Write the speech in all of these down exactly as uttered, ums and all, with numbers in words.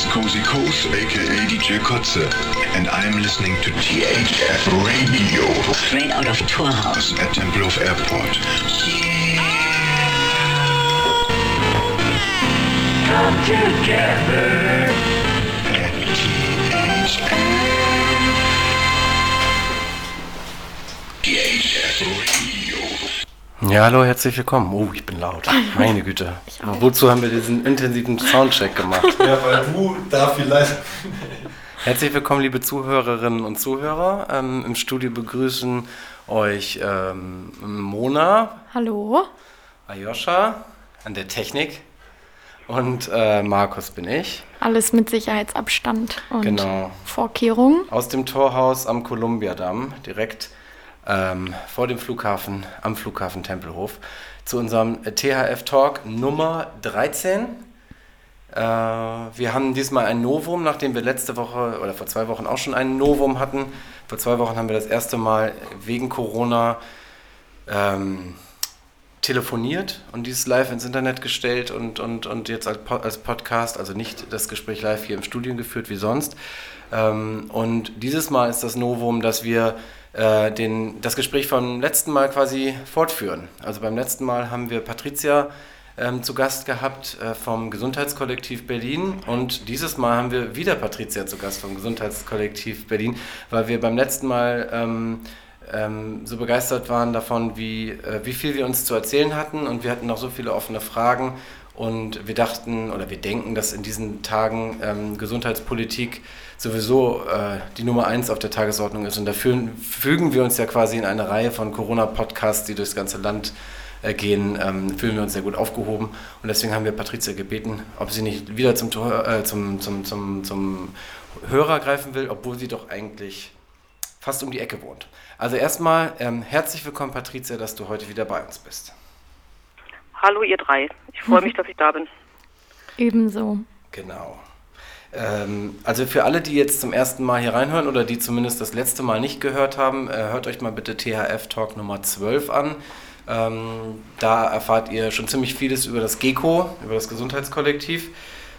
Cozy Coast, aka D J Kotze, and I'm listening to T H F Radio. Straight out of Torhaus at Tempelhof Airport. Yeah. Come together At T H F. T H F Radio. Ja, hallo, herzlich willkommen. Oh, ich bin laut. Meine Güte. Wozu haben wir diesen intensiven Soundcheck gemacht? Ja, weil du da vielleicht... Herzlich willkommen, liebe Zuhörerinnen und Zuhörer. Ähm, Im Studio begrüßen euch ähm, Mona. Hallo. Ayosha an der Technik. Und äh, Markus bin ich. Alles mit Sicherheitsabstand und Genau. Vorkehrungen. Aus dem Torhaus am Kolumbiadamm, direkt ähm, vor dem Flughafen, am Flughafen Tempelhof, zu unserem T H F-Talk Nummer dreizehn. Äh, wir haben diesmal ein Novum, nachdem wir letzte Woche oder vor zwei Wochen auch schon ein Novum hatten. Vor zwei Wochen haben wir das erste Mal wegen Corona ähm, telefoniert und dieses live ins Internet gestellt und, und, und jetzt als, Po- als Podcast, also nicht das Gespräch live hier im Studio geführt wie sonst. Ähm, und dieses Mal ist das Novum, dass wir äh, den, das Gespräch vom letzten Mal quasi fortführen. Also beim letzten Mal haben wir Patricia ähm, zu Gast gehabt äh, vom Gesundheitskollektiv Berlin und dieses Mal haben wir wieder Patricia zu Gast vom Gesundheitskollektiv Berlin, weil wir beim letzten Mal ähm, ähm, so begeistert waren davon, wie, äh, wie viel wir uns zu erzählen hatten und wir hatten noch so viele offene Fragen und wir dachten oder wir denken, dass in diesen Tagen ähm, Gesundheitspolitik sowieso äh, die Nummer eins auf der Tagesordnung ist und da fügen, fügen wir uns ja quasi in eine Reihe von Corona-Podcasts, die durchs ganze Land äh, gehen, ähm, fühlen wir uns sehr gut aufgehoben und deswegen haben wir Patricia gebeten, ob sie nicht wieder zum, Tor- äh, zum, zum, zum, zum Hörer greifen will, obwohl sie doch eigentlich fast um die Ecke wohnt. Also erstmal ähm, herzlich willkommen, Patricia, dass du heute wieder bei uns bist. Hallo ihr drei, ich freue mich, dass ich da bin. Ebenso. Genau. Ähm, also für alle, die jetzt zum ersten Mal hier reinhören oder die zumindest das letzte Mal nicht gehört haben, äh, hört euch mal bitte T H F-Talk Nummer zwölf an. Ähm, da erfahrt ihr schon ziemlich vieles über das GECO, über das Gesundheitskollektiv.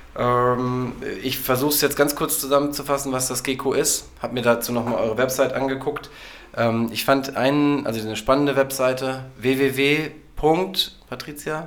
Ähm, ich versuche es jetzt ganz kurz zusammenzufassen, was das GECO ist. Habe mir dazu nochmal eure Website angeguckt. Ähm, ich fand einen, also eine spannende Webseite, w w w. Patricia?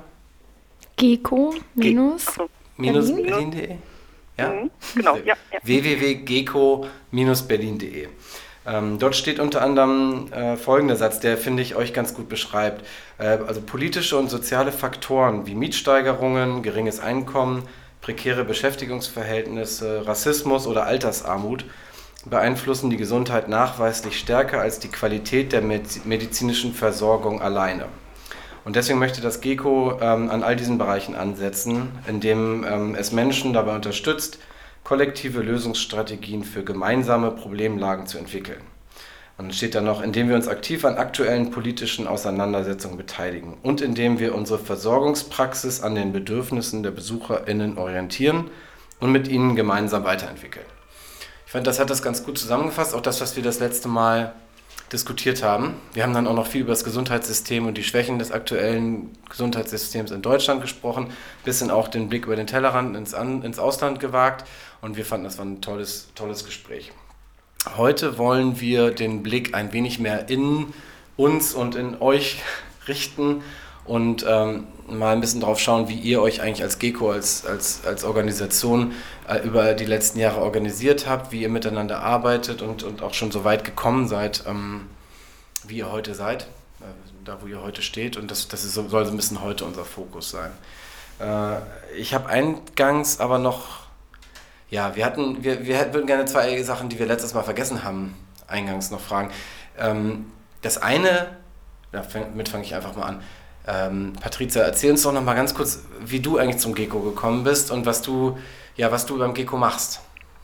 Geco minus minus Berlin? berlin punkt de? Ja? Mhm, genau, ja. ja. w w w punkt geco minus berlin punkt de. Ähm, dort steht unter anderem äh, folgender Satz, der, finde ich, euch ganz gut beschreibt. Äh, also politische und soziale Faktoren wie Mietsteigerungen, geringes Einkommen, prekäre Beschäftigungsverhältnisse, Rassismus oder Altersarmut beeinflussen die Gesundheit nachweislich stärker als die Qualität der med- medizinischen Versorgung alleine. Und deswegen möchte das GECO ähm, an all diesen Bereichen ansetzen, indem ähm, es Menschen dabei unterstützt, kollektive Lösungsstrategien für gemeinsame Problemlagen zu entwickeln. Und es steht dann noch, indem wir uns aktiv an aktuellen politischen Auseinandersetzungen beteiligen und indem wir unsere Versorgungspraxis an den Bedürfnissen der BesucherInnen orientieren und mit ihnen gemeinsam weiterentwickeln. Ich fand, das hat das ganz gut zusammengefasst, auch das, was wir das letzte Mal diskutiert haben. Wir haben dann auch noch viel über das Gesundheitssystem und die Schwächen des aktuellen Gesundheitssystems in Deutschland gesprochen, ein bisschen auch den Blick über den Tellerrand ins, An- ins Ausland gewagt und wir fanden, das war ein tolles, tolles Gespräch. Heute wollen wir den Blick ein wenig mehr in uns und in euch richten und ähm, mal ein bisschen drauf schauen, wie ihr euch eigentlich als GECO, als, als, als Organisation äh, über die letzten Jahre organisiert habt, wie ihr miteinander arbeitet und, und auch schon so weit gekommen seid, ähm, wie ihr heute seid, äh, da wo ihr heute steht und das, das ist so, soll so ein bisschen heute unser Fokus sein. Äh, ich habe eingangs aber noch, ja, wir hatten, wir, wir würden gerne zwei Sachen, die wir letztes Mal vergessen haben, eingangs noch fragen. Ähm, das eine, damit fange ich einfach mal an. Ähm, Patricia, erzähl uns doch noch mal ganz kurz, wie du eigentlich zum GECO gekommen bist und was du, ja, was du beim GECO machst.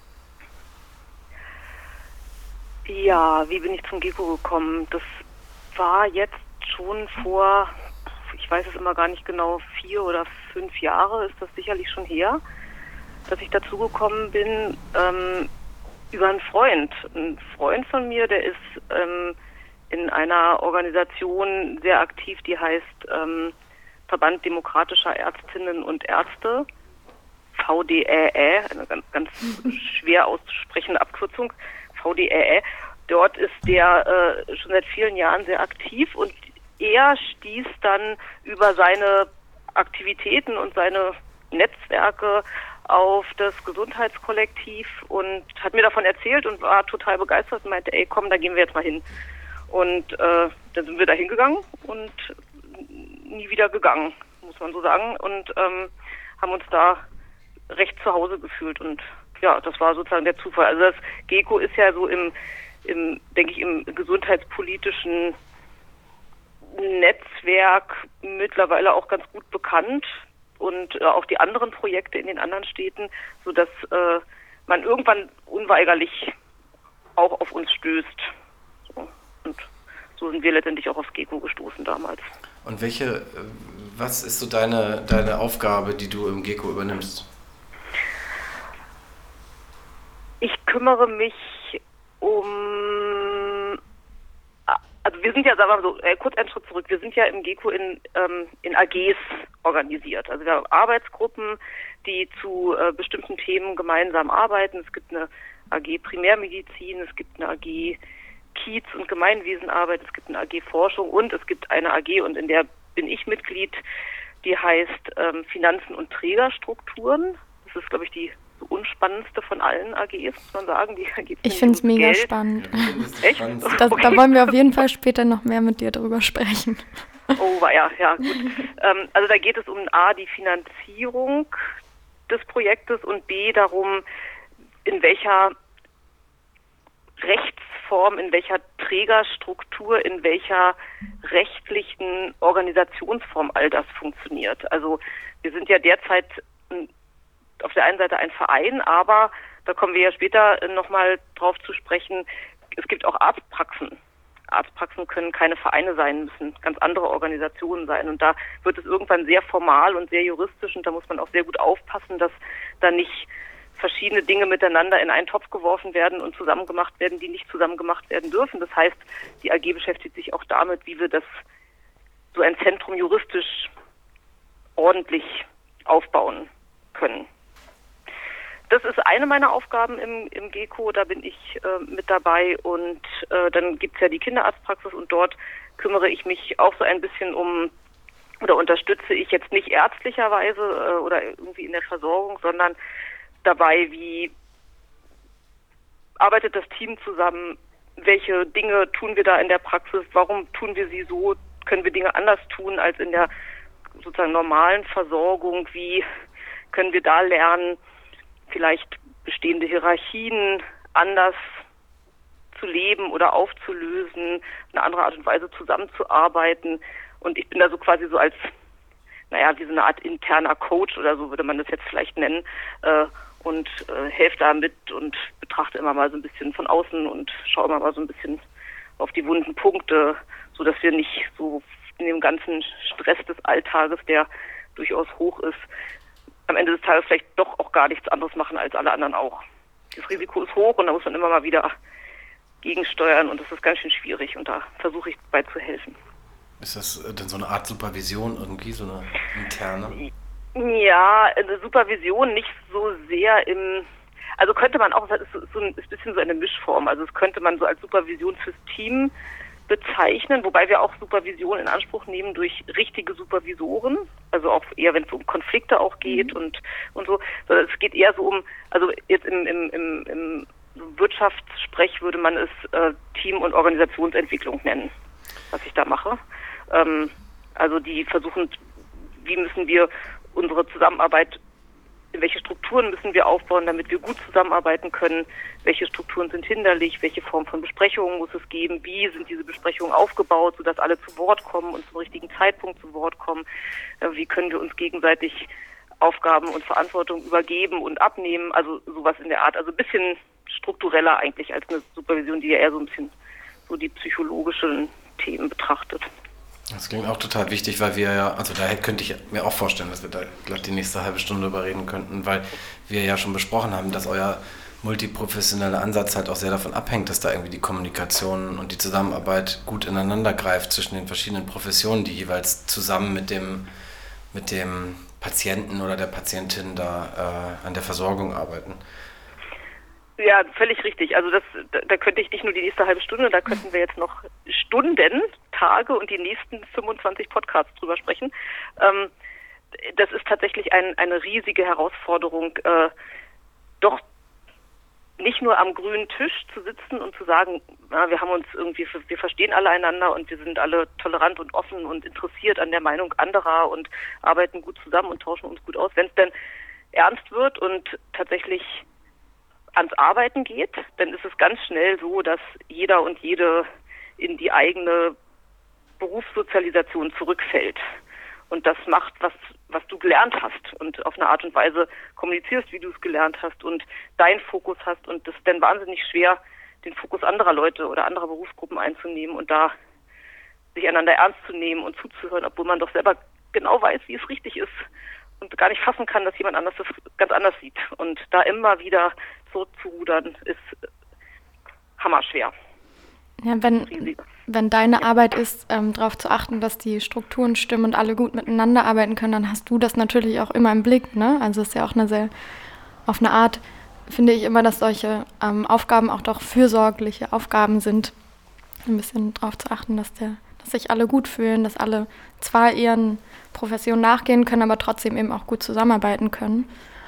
Ja, wie bin ich zum GECO gekommen? Das war jetzt schon vor, ich weiß es immer gar nicht genau, vier oder fünf Jahre ist das sicherlich schon her, dass ich dazu gekommen bin ähm, über einen Freund. Ein Freund von mir, der ist ähm, in einer Organisation sehr aktiv, die heißt ähm, Verband Demokratischer Ärztinnen und Ärzte, V D Ä Ä, eine ganz, ganz schwer auszusprechende Abkürzung, V D Ä Ä. Dort ist der äh, schon seit vielen Jahren sehr aktiv und er stieß dann über seine Aktivitäten und seine Netzwerke auf das Gesundheitskollektiv und hat mir davon erzählt und war total begeistert und meinte, ey komm, da gehen wir jetzt mal hin. Und äh, dann sind wir da hingegangen und nie wieder gegangen, muss man so sagen, und ähm, haben uns da recht zu Hause gefühlt und ja, das war sozusagen der Zufall. Also das GECO ist ja so im, im denke ich, im gesundheitspolitischen Netzwerk mittlerweile auch ganz gut bekannt und äh, auch die anderen Projekte in den anderen Städten, sodass äh, man irgendwann unweigerlich auch auf uns stößt. So. Und so sind wir letztendlich auch auf GECO gestoßen damals. Und welche, was ist so deine, deine Aufgabe, die du im GECO übernimmst? Ich kümmere mich um, also wir sind ja, sagen wir mal so, äh, kurz einen Schritt zurück, wir sind ja im GECO in, ähm, in A Gs organisiert. Also wir haben Arbeitsgruppen, die zu äh, bestimmten Themen gemeinsam arbeiten. Es gibt eine A G Primärmedizin, es gibt eine A G Kiez- und Gemeinwesenarbeit, es gibt eine A G Forschung und es gibt eine A G, und in der bin ich Mitglied, die heißt ähm, Finanzen und Trägerstrukturen. Das ist, glaube ich, die so unspannendste von allen A Gs, muss man sagen. Die geht Ich finde es mega Geld. spannend. Echt? Da, da wollen wir auf jeden Fall später noch mehr mit dir drüber sprechen. Oh, ja, ja, gut. ähm, also da geht es um A, die Finanzierung des Projektes und B, darum, in welcher Rechtsform, in welcher Trägerstruktur, in welcher rechtlichen Organisationsform all das funktioniert. Also wir sind ja derzeit auf der einen Seite ein Verein, aber da kommen wir ja später nochmal drauf zu sprechen, es gibt auch Arztpraxen. Arztpraxen können keine Vereine sein, müssen ganz andere Organisationen sein. Und da wird es irgendwann sehr formal und sehr juristisch und da muss man auch sehr gut aufpassen, dass da nicht verschiedene Dinge miteinander in einen Topf geworfen werden und zusammen gemacht werden, die nicht zusammen gemacht werden dürfen. Das heißt, die A G beschäftigt sich auch damit, wie wir das so ein Zentrum juristisch ordentlich aufbauen können. Das ist eine meiner Aufgaben im, im GECO, da bin ich äh, mit dabei und äh, dann gibt's ja die Kinderarztpraxis und dort kümmere ich mich auch so ein bisschen um oder unterstütze ich jetzt nicht ärztlicherweise äh, oder irgendwie in der Versorgung, sondern dabei, wie arbeitet das Team zusammen, welche Dinge tun wir da in der Praxis, warum tun wir sie so, können wir Dinge anders tun als in der sozusagen normalen Versorgung, wie können wir da lernen, vielleicht bestehende Hierarchien anders zu leben oder aufzulösen, eine andere Art und Weise zusammenzuarbeiten. Und ich bin da so quasi so als, naja, wie so eine Art interner Coach oder so würde man das jetzt vielleicht nennen, äh, und äh, helfe da mit und betrachte immer mal so ein bisschen von außen und schaue immer mal so ein bisschen auf die wunden Punkte, so dass wir nicht so in dem ganzen Stress des Alltages, der durchaus hoch ist, am Ende des Tages vielleicht doch auch gar nichts anderes machen als alle anderen auch. Das Risiko ist hoch und da muss man immer mal wieder gegensteuern und das ist ganz schön schwierig und da versuche ich bei zu helfen. Ist das denn so eine Art Supervision irgendwie, so eine interne? Ja, eine Supervision nicht so sehr im, also könnte man auch, es ist so ein, ist ein bisschen so eine Mischform, also es könnte man so als Supervision fürs Team bezeichnen, wobei wir auch Supervision in Anspruch nehmen durch richtige Supervisoren, also auch eher, wenn es um Konflikte auch geht mhm. und und so. Es geht eher so um, also jetzt im, im, im, im Wirtschaftssprech würde man es äh, Team- und Organisationsentwicklung nennen, was ich da mache. Ähm, also die versuchen, wie müssen wir unsere Zusammenarbeit, welche Strukturen müssen wir aufbauen, damit wir gut zusammenarbeiten können, welche Strukturen sind hinderlich, welche Form von Besprechungen muss es geben, wie sind diese Besprechungen aufgebaut, sodass alle zu Wort kommen und zum richtigen Zeitpunkt zu Wort kommen, wie können wir uns gegenseitig Aufgaben und Verantwortung übergeben und abnehmen, also sowas in der Art, also ein bisschen struktureller eigentlich als eine Supervision, die ja eher so ein bisschen so die psychologischen Themen betrachtet. Das klingt auch total wichtig, weil wir ja, also da könnte ich mir auch vorstellen, dass wir da glatt die nächste halbe Stunde drüber reden könnten, weil wir ja schon besprochen haben, dass euer multiprofessioneller Ansatz halt auch sehr davon abhängt, dass da irgendwie die Kommunikation und die Zusammenarbeit gut ineinander greift zwischen den verschiedenen Professionen, die jeweils zusammen mit dem, mit dem Patienten oder der Patientin da äh, an der Versorgung arbeiten. Ja, völlig richtig. Also das, da, da könnte ich nicht nur die nächste halbe Stunde, da könnten wir jetzt noch Stunden, Tage und die nächsten fünfundzwanzig Podcasts drüber sprechen. Ähm, das ist tatsächlich ein, eine riesige Herausforderung, äh, doch nicht nur am grünen Tisch zu sitzen und zu sagen, na, wir haben uns irgendwie, wir verstehen alle einander und wir sind alle tolerant und offen und interessiert an der Meinung anderer und arbeiten gut zusammen und tauschen uns gut aus. Wenn es denn ernst wird und tatsächlich ans Arbeiten geht, dann ist es ganz schnell so, dass jeder und jede in die eigene Berufssozialisation zurückfällt und das macht, was was du gelernt hast und auf eine Art und Weise kommunizierst, wie du es gelernt hast und deinen Fokus hast und das ist dann wahnsinnig schwer, den Fokus anderer Leute oder anderer Berufsgruppen einzunehmen und da sich einander ernst zu nehmen und zuzuhören, obwohl man doch selber genau weiß, wie es richtig ist und gar nicht fassen kann, dass jemand anders das ganz anders sieht. Und da immer wieder zurückzurudern, ist hammerschwer. Ja, wenn, wenn deine Arbeit ist, ähm, darauf zu achten, dass die Strukturen stimmen und alle gut miteinander arbeiten können, dann hast du das natürlich auch immer im Blick, ne? Also es ist ja auch eine sehr, auf eine Art, finde ich immer, dass solche ähm, Aufgaben auch doch fürsorgliche Aufgaben sind. Ein bisschen darauf zu achten, dass, der, dass sich alle gut fühlen, dass alle zwar ihren Professionen nachgehen können, aber trotzdem eben auch gut zusammenarbeiten können.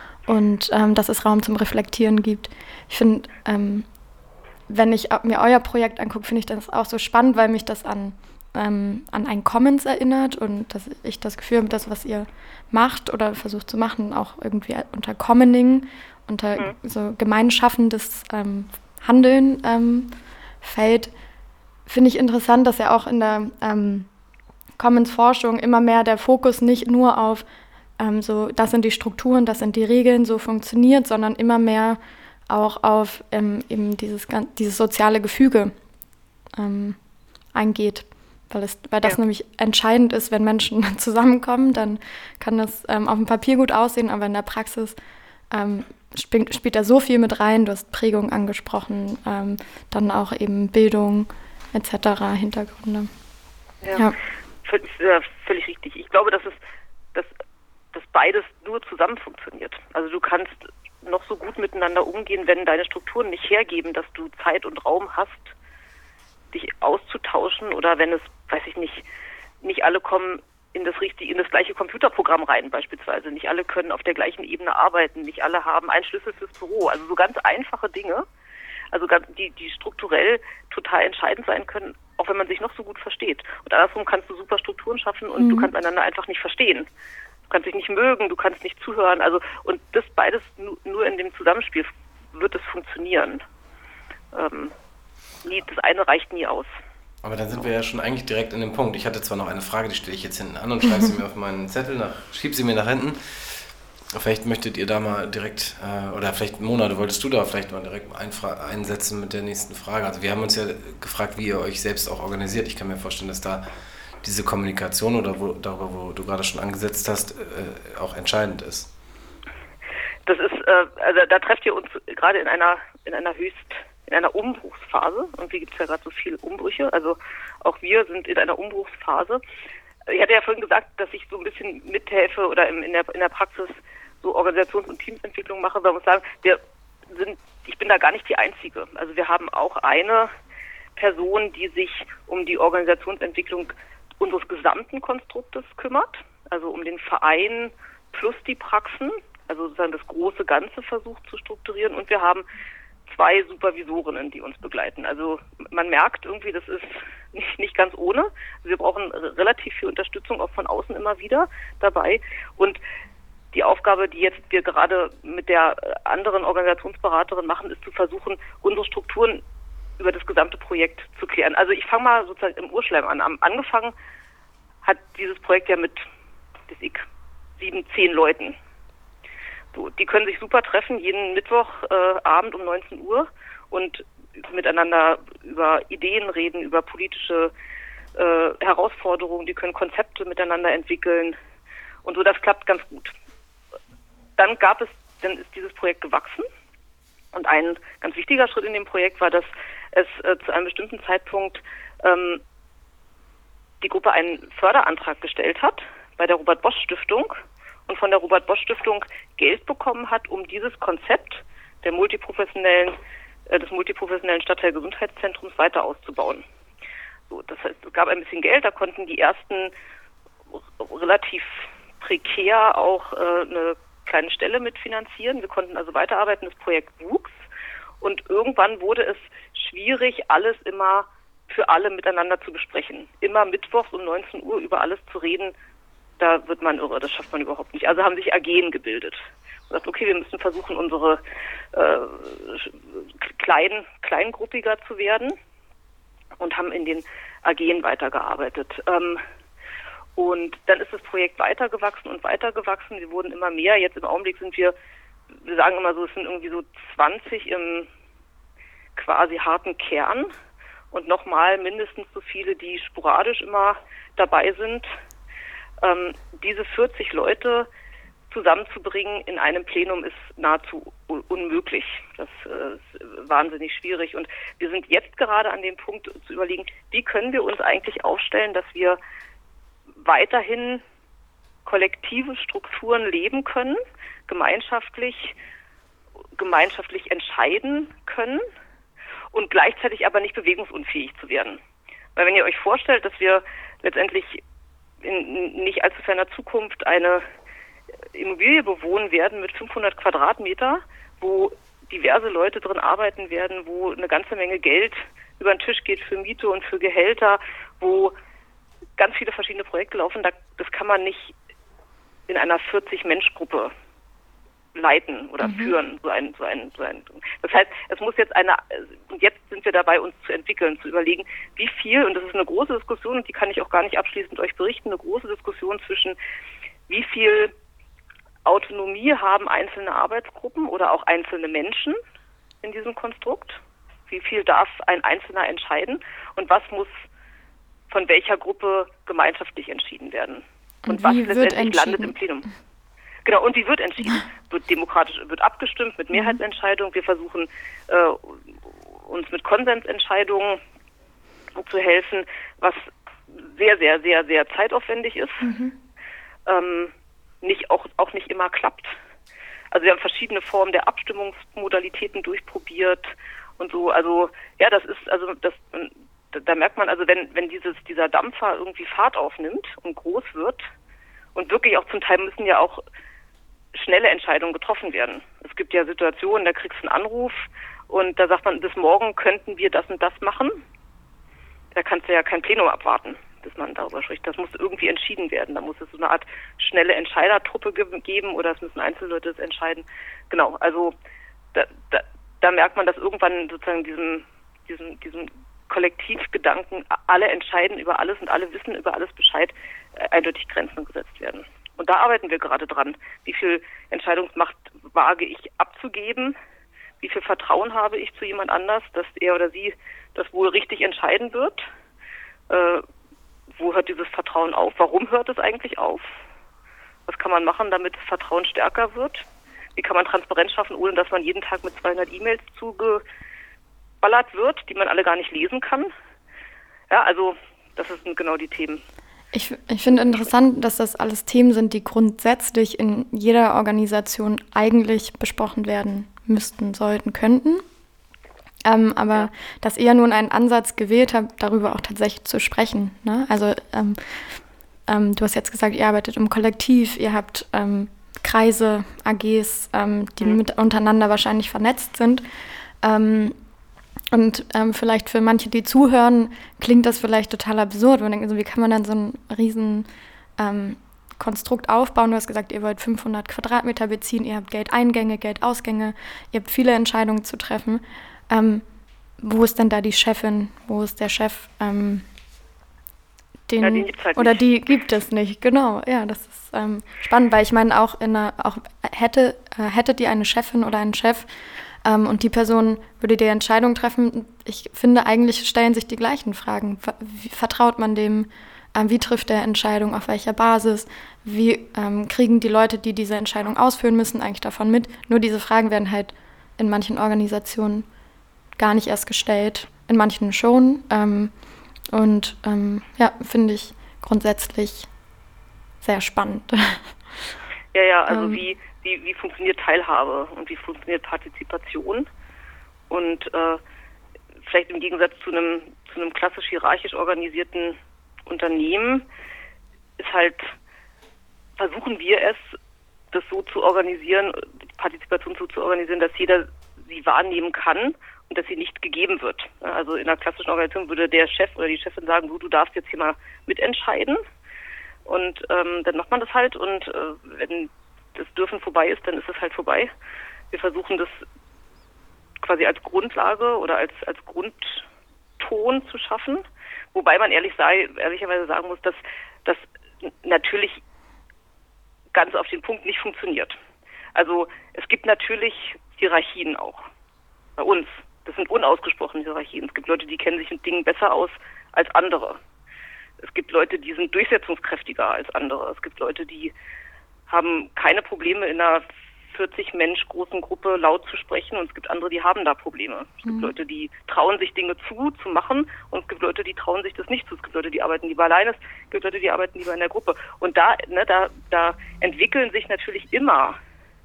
Und ähm, dass es Raum zum Reflektieren gibt. Ich finde, ähm, wenn ich mir euer Projekt angucke, finde ich das auch so spannend, weil mich das an, ähm, an ein Commons erinnert und dass ich das Gefühl habe, das, was ihr macht oder versucht zu machen, auch irgendwie unter Commoning, unter mhm. so gemeinschaffendes ähm, Handeln ähm, fällt. Finde ich interessant, dass ja auch in der ähm, Commons-Forschung immer mehr der Fokus nicht nur auf ähm, so, das sind die Strukturen, das sind die Regeln, so funktioniert, sondern immer mehr auch auf ähm, eben dieses, dieses soziale Gefüge ähm, eingeht. Weil, es, weil das ja. nämlich entscheidend ist, wenn Menschen zusammenkommen, dann kann das ähm, auf dem Papier gut aussehen, aber in der Praxis ähm, spielt, spielt da so viel mit rein. Du hast Prägung angesprochen, ähm, dann auch eben Bildung et cetera, Hintergründe. Ja, ja. Völlig, ja, völlig richtig. Ich glaube, dass es dass, dass beides nur zusammen funktioniert. Also du kannst noch so gut miteinander umgehen, wenn deine Strukturen nicht hergeben, dass du Zeit und Raum hast, dich auszutauschen oder wenn es, weiß ich nicht, nicht alle kommen in das richtige, in das gleiche Computerprogramm rein beispielsweise. Nicht alle können auf der gleichen Ebene arbeiten, nicht alle haben einen Schlüssel fürs Büro. Also so ganz einfache Dinge, also ganz, die, die strukturell total entscheidend sein können, auch wenn man sich noch so gut versteht. Und andersrum kannst du super Strukturen schaffen und mhm. du kannst einander einfach nicht verstehen. Du kannst dich nicht mögen, du kannst nicht zuhören. Also und das beides nu, nur in dem Zusammenspiel wird es funktionieren. Ähm, nie, das eine reicht nie aus. Aber dann sind wir ja schon eigentlich direkt in dem Punkt. Ich hatte zwar noch eine Frage, die stelle ich jetzt hinten an und schreibe sie mir auf meinen Zettel, nach, schieb sie mir nach hinten. Vielleicht möchtet ihr da mal direkt, äh, oder vielleicht Mona, du wolltest du da vielleicht mal direkt einfra- einsetzen mit der nächsten Frage. Also wir haben uns ja gefragt, wie ihr euch selbst auch organisiert. Ich kann mir vorstellen, dass da diese Kommunikation oder wo, darüber, wo du gerade schon angesetzt hast, äh, auch entscheidend ist. Das ist, äh, also da trefft ihr uns gerade in einer in einer höchst, in einer Umbruchsphase. Und wie gibt es ja gerade so viele Umbrüche. Also auch wir sind in einer Umbruchsphase. Ich hatte ja vorhin gesagt, dass ich so ein bisschen mithelfe oder in, in, der, in der Praxis so Organisations- und Teamsentwicklung mache. Man muss sagen, wir sind, ich bin da gar nicht die Einzige. Also wir haben auch eine Person, die sich um die Organisationsentwicklung unseres gesamten Konstruktes kümmert, also um den Verein plus die Praxen, also sozusagen das große Ganze versucht zu strukturieren. Und wir haben zwei Supervisorinnen, die uns begleiten. Also man merkt irgendwie, das ist nicht, nicht ganz ohne. Wir brauchen relativ viel Unterstützung auch von außen immer wieder dabei. Und die Aufgabe, die jetzt wir gerade mit der anderen Organisationsberaterin machen, ist zu versuchen, unsere Strukturen über das gesamte Projekt zu klären. Also ich fange mal sozusagen im Urschleim an. Am Angefangen hat dieses Projekt ja mit bis ich, sieben, zehn Leuten. So, die können sich super treffen, jeden Mittwochabend äh, um neunzehn Uhr und miteinander über Ideen reden, über politische äh, Herausforderungen. Die können Konzepte miteinander entwickeln und so, das klappt ganz gut. Dann gab es, dann ist dieses Projekt gewachsen. Und ein ganz wichtiger Schritt in dem Projekt war, dass es äh, zu einem bestimmten Zeitpunkt ähm, die Gruppe einen Förderantrag gestellt hat bei der Robert-Bosch-Stiftung und von der Robert-Bosch-Stiftung Geld bekommen hat, um dieses Konzept der multiprofessionellen, äh, des multiprofessionellen Stadtteilgesundheitszentrums weiter auszubauen. So, das heißt, es gab ein bisschen Geld, da konnten die ersten relativ prekär auch äh, eine kleine Stelle mitfinanzieren. Wir konnten also weiterarbeiten, das Projekt wuchs und irgendwann wurde es schwierig, alles immer für alle miteinander zu besprechen. Immer mittwochs um neunzehn Uhr über alles zu reden, da wird man irre, das schafft man überhaupt nicht. Also haben sich A Gen gebildet. Und gesagt, okay, wir müssen versuchen, unsere äh, klein, kleingruppiger zu werden und haben in den A Gen weitergearbeitet. Ähm, und dann ist das Projekt weitergewachsen und weitergewachsen. Wir wurden immer mehr. Jetzt im Augenblick sind wir, wir sagen immer so, es sind irgendwie so zwanzig im quasi harten Kern und nochmal mindestens so viele, die sporadisch immer dabei sind. Ähm, diese vierzig Leute zusammenzubringen in einem Plenum ist nahezu unmöglich. Das äh, ist wahnsinnig schwierig. Und wir sind jetzt gerade an dem Punkt zu überlegen, wie können wir uns eigentlich aufstellen, dass wir weiterhin kollektive Strukturen leben können, gemeinschaftlich, gemeinschaftlich entscheiden können und gleichzeitig aber nicht bewegungsunfähig zu werden. Weil wenn ihr euch vorstellt, dass wir letztendlich in nicht allzu ferner Zukunft eine Immobilie bewohnen werden mit fünfhundert Quadratmeter, wo diverse Leute drin arbeiten werden, wo eine ganze Menge Geld über den Tisch geht für Miete und für Gehälter, wo ganz viele verschiedene Projekte laufen, das kann man nicht in einer vierzig-Mensch-Gruppe leiten oder mhm. führen, so ein, so ein, so ein. Das heißt, es muss jetzt eine, jetzt sind wir dabei, uns zu entwickeln, zu überlegen, wie viel, und das ist eine große Diskussion, und die kann ich auch gar nicht abschließend euch berichten, eine große Diskussion zwischen, wie viel Autonomie haben einzelne Arbeitsgruppen oder auch einzelne Menschen in diesem Konstrukt, wie viel darf ein Einzelner entscheiden und was muss von welcher Gruppe gemeinschaftlich entschieden werden. Und, und was letztendlich landet im Plenum. Genau, und wie wird entschieden? Wird demokratisch, wird abgestimmt mit Mehrheitsentscheidung. Wir versuchen, äh, uns mit Konsensentscheidungen zu helfen, was sehr, sehr, sehr, sehr zeitaufwendig ist. Mhm. Ähm, nicht, auch, auch nicht immer klappt. Also wir haben verschiedene Formen der Abstimmungsmodalitäten durchprobiert und so. Also, ja, das ist, also, das, da merkt man, also wenn, wenn dieses, dieser Dampfer irgendwie Fahrt aufnimmt und groß wird und wirklich auch zum Teil müssen ja auch schnelle Entscheidungen getroffen werden. Es gibt ja Situationen, da kriegst du einen Anruf und da sagt man, bis morgen könnten wir das und das machen. Da kannst du ja kein Plenum abwarten, bis man darüber spricht. Das muss irgendwie entschieden werden. Da muss es so eine Art schnelle Entscheidertruppe ge- geben oder es müssen Einzelleute das entscheiden. Genau, also da, da, da merkt man, dass irgendwann sozusagen diesem, diesem, diesem Kollektivgedanken, alle entscheiden über alles und alle wissen über alles Bescheid, äh, eindeutig Grenzen gesetzt werden. Und da arbeiten wir gerade dran. Wie viel Entscheidungsmacht wage ich abzugeben? Wie viel Vertrauen habe ich zu jemand anders, dass er oder sie das wohl richtig entscheiden wird? Äh, wo hört dieses Vertrauen auf? Warum hört es eigentlich auf? Was kann man machen, damit das Vertrauen stärker wird? Wie kann man Transparenz schaffen, ohne dass man jeden Tag mit zweihundert E-Mails zugeballert wird, die man alle gar nicht lesen kann? Ja, also das sind genau die Themen. Ich, ich finde interessant, dass das alles Themen sind, die grundsätzlich in jeder Organisation eigentlich besprochen werden müssten, sollten, könnten. Ähm, aber ja. dass ihr nun einen Ansatz gewählt habt, darüber auch tatsächlich zu sprechen. Ne? Also ähm, ähm, du hast jetzt gesagt, ihr arbeitet im Kollektiv, ihr habt ähm, Kreise, A Gs, ähm, die mhm. mit untereinander wahrscheinlich vernetzt sind. Ähm, Und ähm, vielleicht für manche, die zuhören, klingt das vielleicht total absurd. Man denkt so, wie kann man dann so ein riesen ähm, Konstrukt aufbauen? Du hast gesagt, ihr wollt fünfhundert Quadratmeter beziehen, ihr habt Geldeingänge, Geldausgänge, ihr habt viele Entscheidungen zu treffen. Ähm, wo ist denn da die Chefin? Wo ist der Chef? Ähm, den, ja, den gibt's halt oder nicht. Die gibt es nicht, genau. Ja, das ist ähm, spannend, weil ich meine, auch in einer, auch hätte, äh, hättet ihr eine Chefin oder einen Chef, Ähm, und die Person würde die Entscheidung treffen. Ich finde, eigentlich stellen sich die gleichen Fragen. Wie vertraut man dem? Ähm, wie trifft der Entscheidung? Auf welcher Basis? Wie ähm, kriegen die Leute, die diese Entscheidung ausführen müssen, eigentlich davon mit? Nur diese Fragen werden halt in manchen Organisationen gar nicht erst gestellt, in manchen schon. Ähm, und ähm, ja, finde ich grundsätzlich sehr spannend. Ja, ja, also Ähm. wie, wie, wie funktioniert Teilhabe und wie funktioniert Partizipation und äh, vielleicht im Gegensatz zu einem zu einem klassisch hierarchisch organisierten Unternehmen ist halt, versuchen wir es, das so zu organisieren, die Partizipation so zu organisieren, dass jeder sie wahrnehmen kann und dass sie nicht gegeben wird. Also in einer klassischen Organisation würde der Chef oder die Chefin sagen, du, du darfst jetzt hier mal mitentscheiden. Und ähm, dann macht man das halt und äh, wenn das Dürfen vorbei ist, dann ist es halt vorbei. Wir versuchen das quasi als Grundlage oder als als Grundton zu schaffen, wobei man ehrlich sei, ehrlicherweise sagen muss, dass das natürlich ganz auf den Punkt nicht funktioniert. Also es gibt natürlich Hierarchien auch bei uns. Das sind unausgesprochene Hierarchien. Es gibt Leute, die kennen sich mit Dingen besser aus als andere. Es gibt Leute, die sind durchsetzungskräftiger als andere. Es gibt Leute, die haben keine Probleme, in einer vierzig Mensch großen Gruppe laut zu sprechen, und es gibt andere, die haben da Probleme. Es gibt Mhm. Leute, die trauen sich Dinge zu, zu machen, und es gibt Leute, die trauen sich das nicht zu. Es gibt Leute, die arbeiten lieber alleine, es gibt Leute, die arbeiten lieber in der Gruppe. Und da, ne, da, da entwickeln sich natürlich immer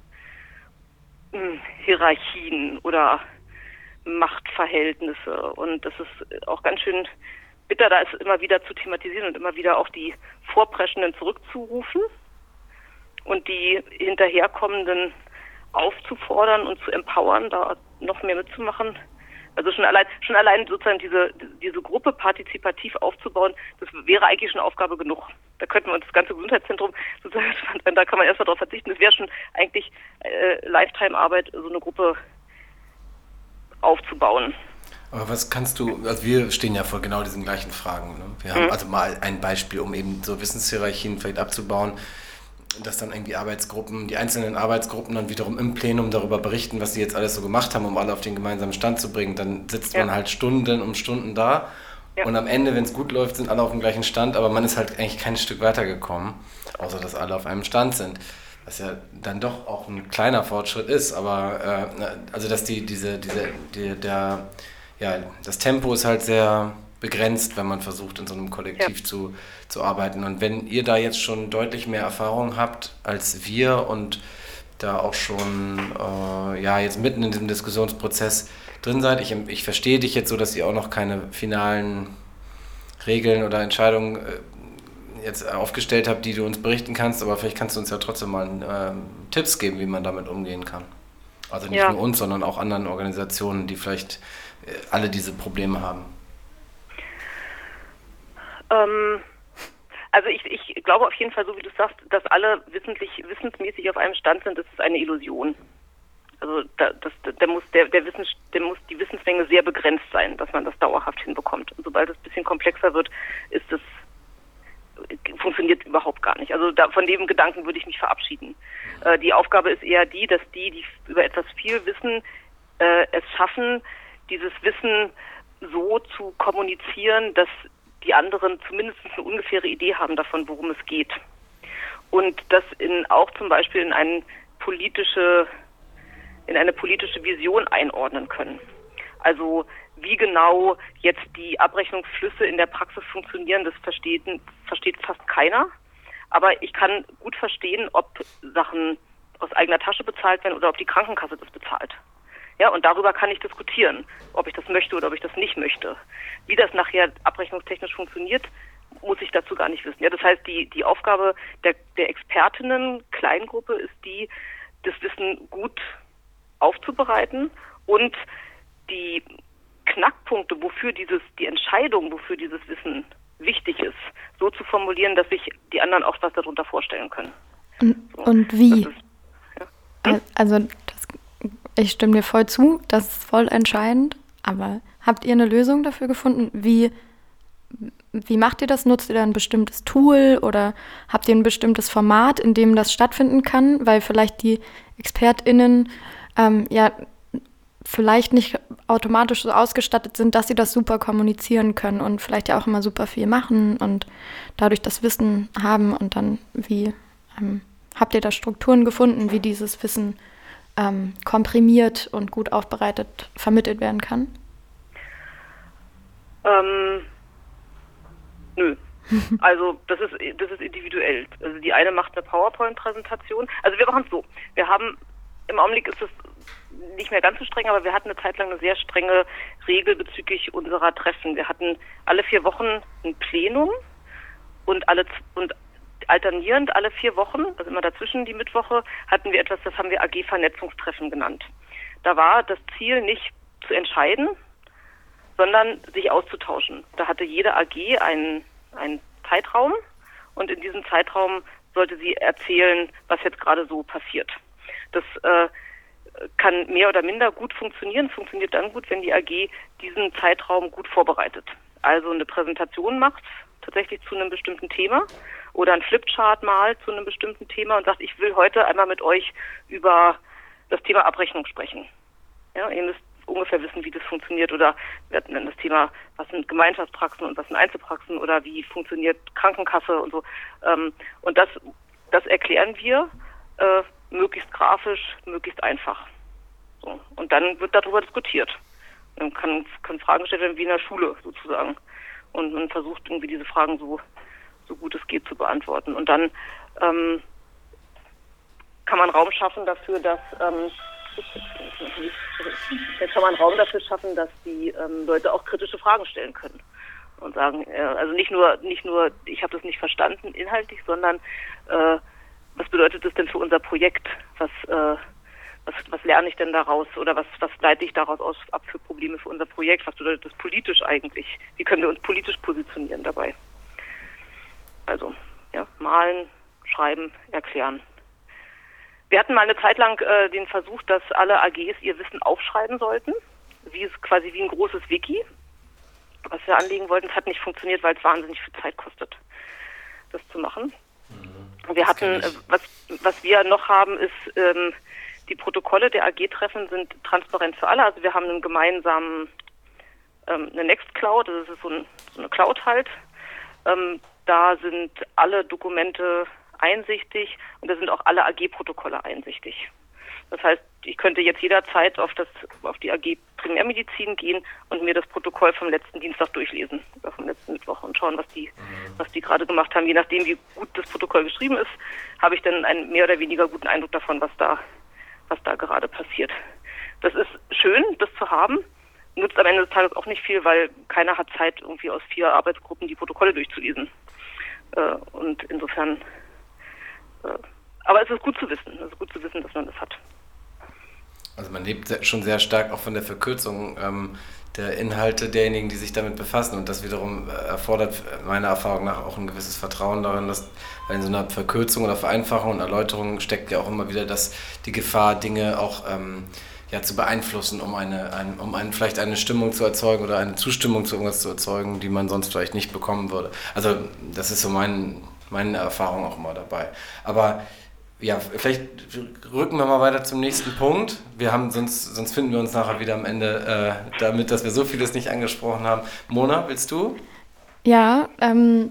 mh, Hierarchien oder Machtverhältnisse, und das ist auch ganz schön bitter, da ist immer wieder zu thematisieren und immer wieder auch die Vorpreschenden zurückzurufen und die Hinterherkommenden aufzufordern und zu empowern, da noch mehr mitzumachen. Also schon allein, schon allein sozusagen diese, diese Gruppe partizipativ aufzubauen, das wäre eigentlich schon Aufgabe genug. Da könnten wir uns das ganze Gesundheitszentrum sozusagen, da kann man erstmal darauf verzichten, das wäre schon eigentlich äh, Lifetime-Arbeit, so eine Gruppe aufzubauen. Aber was kannst du, also wir stehen ja vor genau diesen gleichen Fragen. Ne? Wir haben Mhm. also mal ein Beispiel, um eben so Wissenshierarchien vielleicht abzubauen, dass dann irgendwie Arbeitsgruppen, die einzelnen Arbeitsgruppen dann wiederum im Plenum darüber berichten, was sie jetzt alles so gemacht haben, um alle auf den gemeinsamen Stand zu bringen. Dann sitzt Ja. man halt Stunden um Stunden da, Ja. und am Ende, wenn es gut läuft, sind alle auf dem gleichen Stand, aber man ist halt eigentlich kein Stück weitergekommen, außer dass alle auf einem Stand sind. Was ja dann doch auch ein kleiner Fortschritt ist, aber äh, also dass die, diese, diese, die, der, ja, das Tempo ist halt sehr begrenzt, wenn man versucht, in so einem Kollektiv Ja. zu, zu arbeiten. Und wenn ihr da jetzt schon deutlich mehr Erfahrung habt als wir und da auch schon äh, ja, jetzt mitten in diesem Diskussionsprozess drin seid, ich, ich verstehe dich jetzt so, dass ihr auch noch keine finalen Regeln oder Entscheidungen äh, jetzt aufgestellt habt, die du uns berichten kannst, aber vielleicht kannst du uns ja trotzdem mal äh, Tipps geben, wie man damit umgehen kann. Also nicht Ja. nur uns, sondern auch anderen Organisationen, die vielleicht äh, alle diese Probleme haben. Ähm, also ich, ich glaube auf jeden Fall, so wie du sagst, dass alle wissentlich, wissensmäßig auf einem Stand sind, das ist eine Illusion. Also da, das, der muss, der, der, Wissens, der muss die Wissensmenge sehr begrenzt sein, dass man das dauerhaft hinbekommt. Und sobald es ein bisschen komplexer wird, ist das funktioniert überhaupt gar nicht. Also da, von dem Gedanken würde ich mich verabschieden. Äh, die Aufgabe ist eher die, dass die, die über etwas viel wissen, äh, es schaffen, dieses Wissen so zu kommunizieren, dass die anderen zumindest eine ungefähre Idee haben davon, worum es geht. Und das in, auch zum Beispiel in eine politische, in eine politische Vision einordnen können. Also wie genau jetzt die Abrechnungsflüsse in der Praxis funktionieren, das versteht, versteht fast keiner. Aber ich kann gut verstehen, ob Sachen aus eigener Tasche bezahlt werden oder ob die Krankenkasse das bezahlt. Ja, und darüber kann ich diskutieren, ob ich das möchte oder ob ich das nicht möchte. Wie das nachher abrechnungstechnisch funktioniert, muss ich dazu gar nicht wissen. Ja, das heißt, die, die Aufgabe der, der Expertinnen, Kleingruppe, ist die, das Wissen gut aufzubereiten und die Knackpunkte, wofür dieses, die Entscheidung, wofür dieses Wissen wichtig ist, so zu formulieren, dass sich die anderen auch was darunter vorstellen können. Und, So, und wie? das ist, ja. Al- Also das, ich stimme dir voll zu, das ist voll entscheidend, aber habt ihr eine Lösung dafür gefunden? Wie, wie macht ihr das? Nutzt ihr da ein bestimmtes Tool oder habt ihr ein bestimmtes Format, in dem das stattfinden kann? Weil vielleicht die ExpertInnen ähm, ja vielleicht nicht automatisch so ausgestattet sind, dass sie das super kommunizieren können und vielleicht ja auch immer super viel machen und dadurch das Wissen haben. Und dann, wie ähm, habt ihr da Strukturen gefunden, wie dieses Wissen ähm, komprimiert und gut aufbereitet vermittelt werden kann? Ähm, nö. Also das ist das ist individuell. Also die eine macht eine PowerPoint-Präsentation. Also wir machen es so. Wir haben, im Augenblick ist es nicht mehr ganz so streng, aber wir hatten eine Zeit lang eine sehr strenge Regel bezüglich unserer Treffen. Wir hatten alle vier Wochen ein Plenum und alle und alternierend alle vier Wochen, also immer dazwischen die Mittwoche, hatten wir etwas, das haben wir A G-Vernetzungstreffen genannt. Da war das Ziel nicht zu entscheiden, sondern sich auszutauschen. Da hatte jede A G einen, einen Zeitraum und in diesem Zeitraum sollte sie erzählen, was jetzt gerade so passiert. Das äh, kann mehr oder minder gut funktionieren, funktioniert dann gut, wenn die A G diesen Zeitraum gut vorbereitet. Also eine Präsentation macht, tatsächlich zu einem bestimmten Thema oder ein Flipchart malt zu einem bestimmten Thema und sagt, ich will heute einmal mit euch über das Thema Abrechnung sprechen. Ja, ihr müsst ungefähr wissen, wie das funktioniert oder wir hatten dann das Thema, was sind Gemeinschaftspraxen und was sind Einzelpraxen oder wie funktioniert Krankenkasse und so. Und das, das erklären wir äh, möglichst grafisch, möglichst einfach. So. Und dann wird darüber diskutiert. Dann kann, können Fragen gestellt werden wie in der Schule sozusagen. Und man versucht irgendwie diese Fragen so, so gut es geht zu beantworten. Und dann ähm, kann man Raum schaffen dafür, dass ähm, dann kann man Raum dafür schaffen, dass die ähm, Leute auch kritische Fragen stellen können und sagen, äh, also nicht nur nicht nur ich habe das nicht verstanden inhaltlich, sondern äh, was bedeutet das denn für unser Projekt? Was äh, was was lerne ich denn daraus oder was was leite ich daraus aus ab für Probleme für unser Projekt? Was bedeutet das politisch eigentlich? Wie können wir uns politisch positionieren dabei? Also ja, malen, schreiben, erklären. Wir hatten mal eine Zeit lang äh, den Versuch, dass alle A Gs ihr Wissen aufschreiben sollten, wie es quasi wie ein großes Wiki, was wir anlegen wollten. Es hat nicht funktioniert, weil es wahnsinnig viel Zeit kostet, das zu machen. Mhm, wir hatten, äh, was was wir noch haben, ist ähm, die Protokolle der A G-Treffen sind transparent für alle. Also wir haben einen gemeinsamen ähm, eine Nextcloud, das ist so, ein, so eine Cloud halt. Ähm, da sind alle Dokumente einsichtig und da sind auch alle A G-Protokolle einsichtig. Das heißt, ich könnte jetzt jederzeit auf das auf die A G Primärmedizin gehen und mir das Protokoll vom letzten Dienstag durchlesen oder vom letzten Mittwoch und schauen, was die was die gerade gemacht haben. Je nachdem, wie gut das Protokoll geschrieben ist, habe ich dann einen mehr oder weniger guten Eindruck davon, was da was da gerade passiert. Das ist schön, das zu haben. Nützt am Ende des Tages auch nicht viel, weil keiner hat Zeit, irgendwie aus vier Arbeitsgruppen die Protokolle durchzulesen. Äh, und insofern aber es ist gut zu wissen, es ist gut zu wissen, dass man das hat. Also man lebt schon sehr stark auch von der Verkürzung ähm, der Inhalte derjenigen, die sich damit befassen und das wiederum erfordert meiner Erfahrung nach auch ein gewisses Vertrauen darin, dass in so einer Verkürzung oder Vereinfachung und Erläuterung steckt ja auch immer wieder das, die Gefahr, Dinge auch ähm, ja, zu beeinflussen, um eine, ein, um einen, vielleicht eine Stimmung zu erzeugen oder eine Zustimmung zu irgendwas zu erzeugen, die man sonst vielleicht nicht bekommen würde. Also das ist so mein meine Erfahrung auch immer dabei. Aber ja, vielleicht rücken wir mal weiter zum nächsten Punkt. Wir haben, sonst, sonst finden wir uns nachher wieder am Ende äh, damit, dass wir so vieles nicht angesprochen haben. Mona, willst du? Ja, ähm,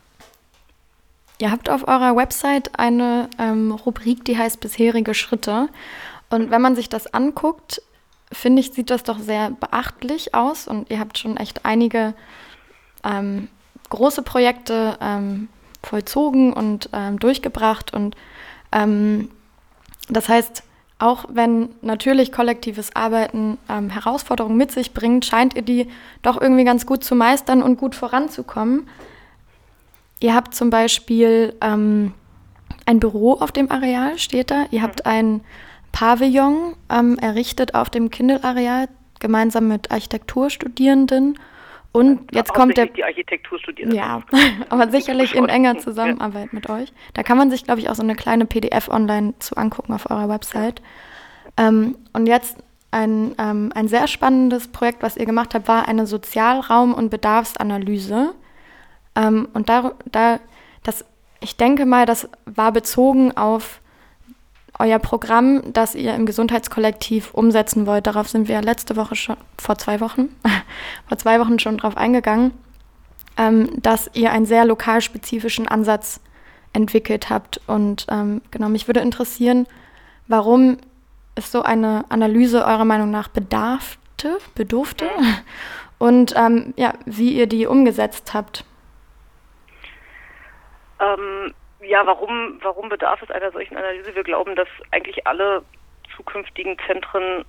ihr habt auf eurer Website eine ähm, Rubrik, die heißt bisherige Schritte. Und wenn man sich das anguckt, finde ich, sieht das doch sehr beachtlich aus. Und ihr habt schon echt einige ähm, große Projekte ähm, vollzogen und ähm, durchgebracht und ähm, das heißt, auch wenn natürlich kollektives Arbeiten ähm, Herausforderungen mit sich bringt, scheint ihr die doch irgendwie ganz gut zu meistern und gut voranzukommen. Ihr habt zum Beispiel ähm, ein Büro auf dem Areal, steht da. Ihr habt ein Pavillon ähm, errichtet auf dem Kindl-Areal, gemeinsam mit Architekturstudierenden. Und jetzt kommt der... die Architekturstudierenden. Ja, aber sicherlich in enger Zusammenarbeit mit euch. Da kann man sich, glaube ich, auch so eine kleine P D F online zu angucken auf eurer Website. Ähm, und jetzt ein, ähm, ein sehr spannendes Projekt, was ihr gemacht habt, war eine Sozialraum- und Bedarfsanalyse. Ähm, und da, da, das, ich denke mal, das war bezogen auf euer Programm, das ihr im Gesundheitskollektiv umsetzen wollt. Darauf sind wir letzte Woche schon, vor zwei Wochen, vor zwei Wochen schon drauf eingegangen, ähm, dass ihr einen sehr lokalspezifischen Ansatz entwickelt habt. Und ähm, genau, mich würde interessieren, warum es so eine Analyse eurer Meinung nach bedarfte, bedurfte und ähm, ja, wie ihr die umgesetzt habt. Ähm, ja, warum, warum bedarf es einer solchen Analyse? Wir glauben, dass eigentlich alle zukünftigen Zentren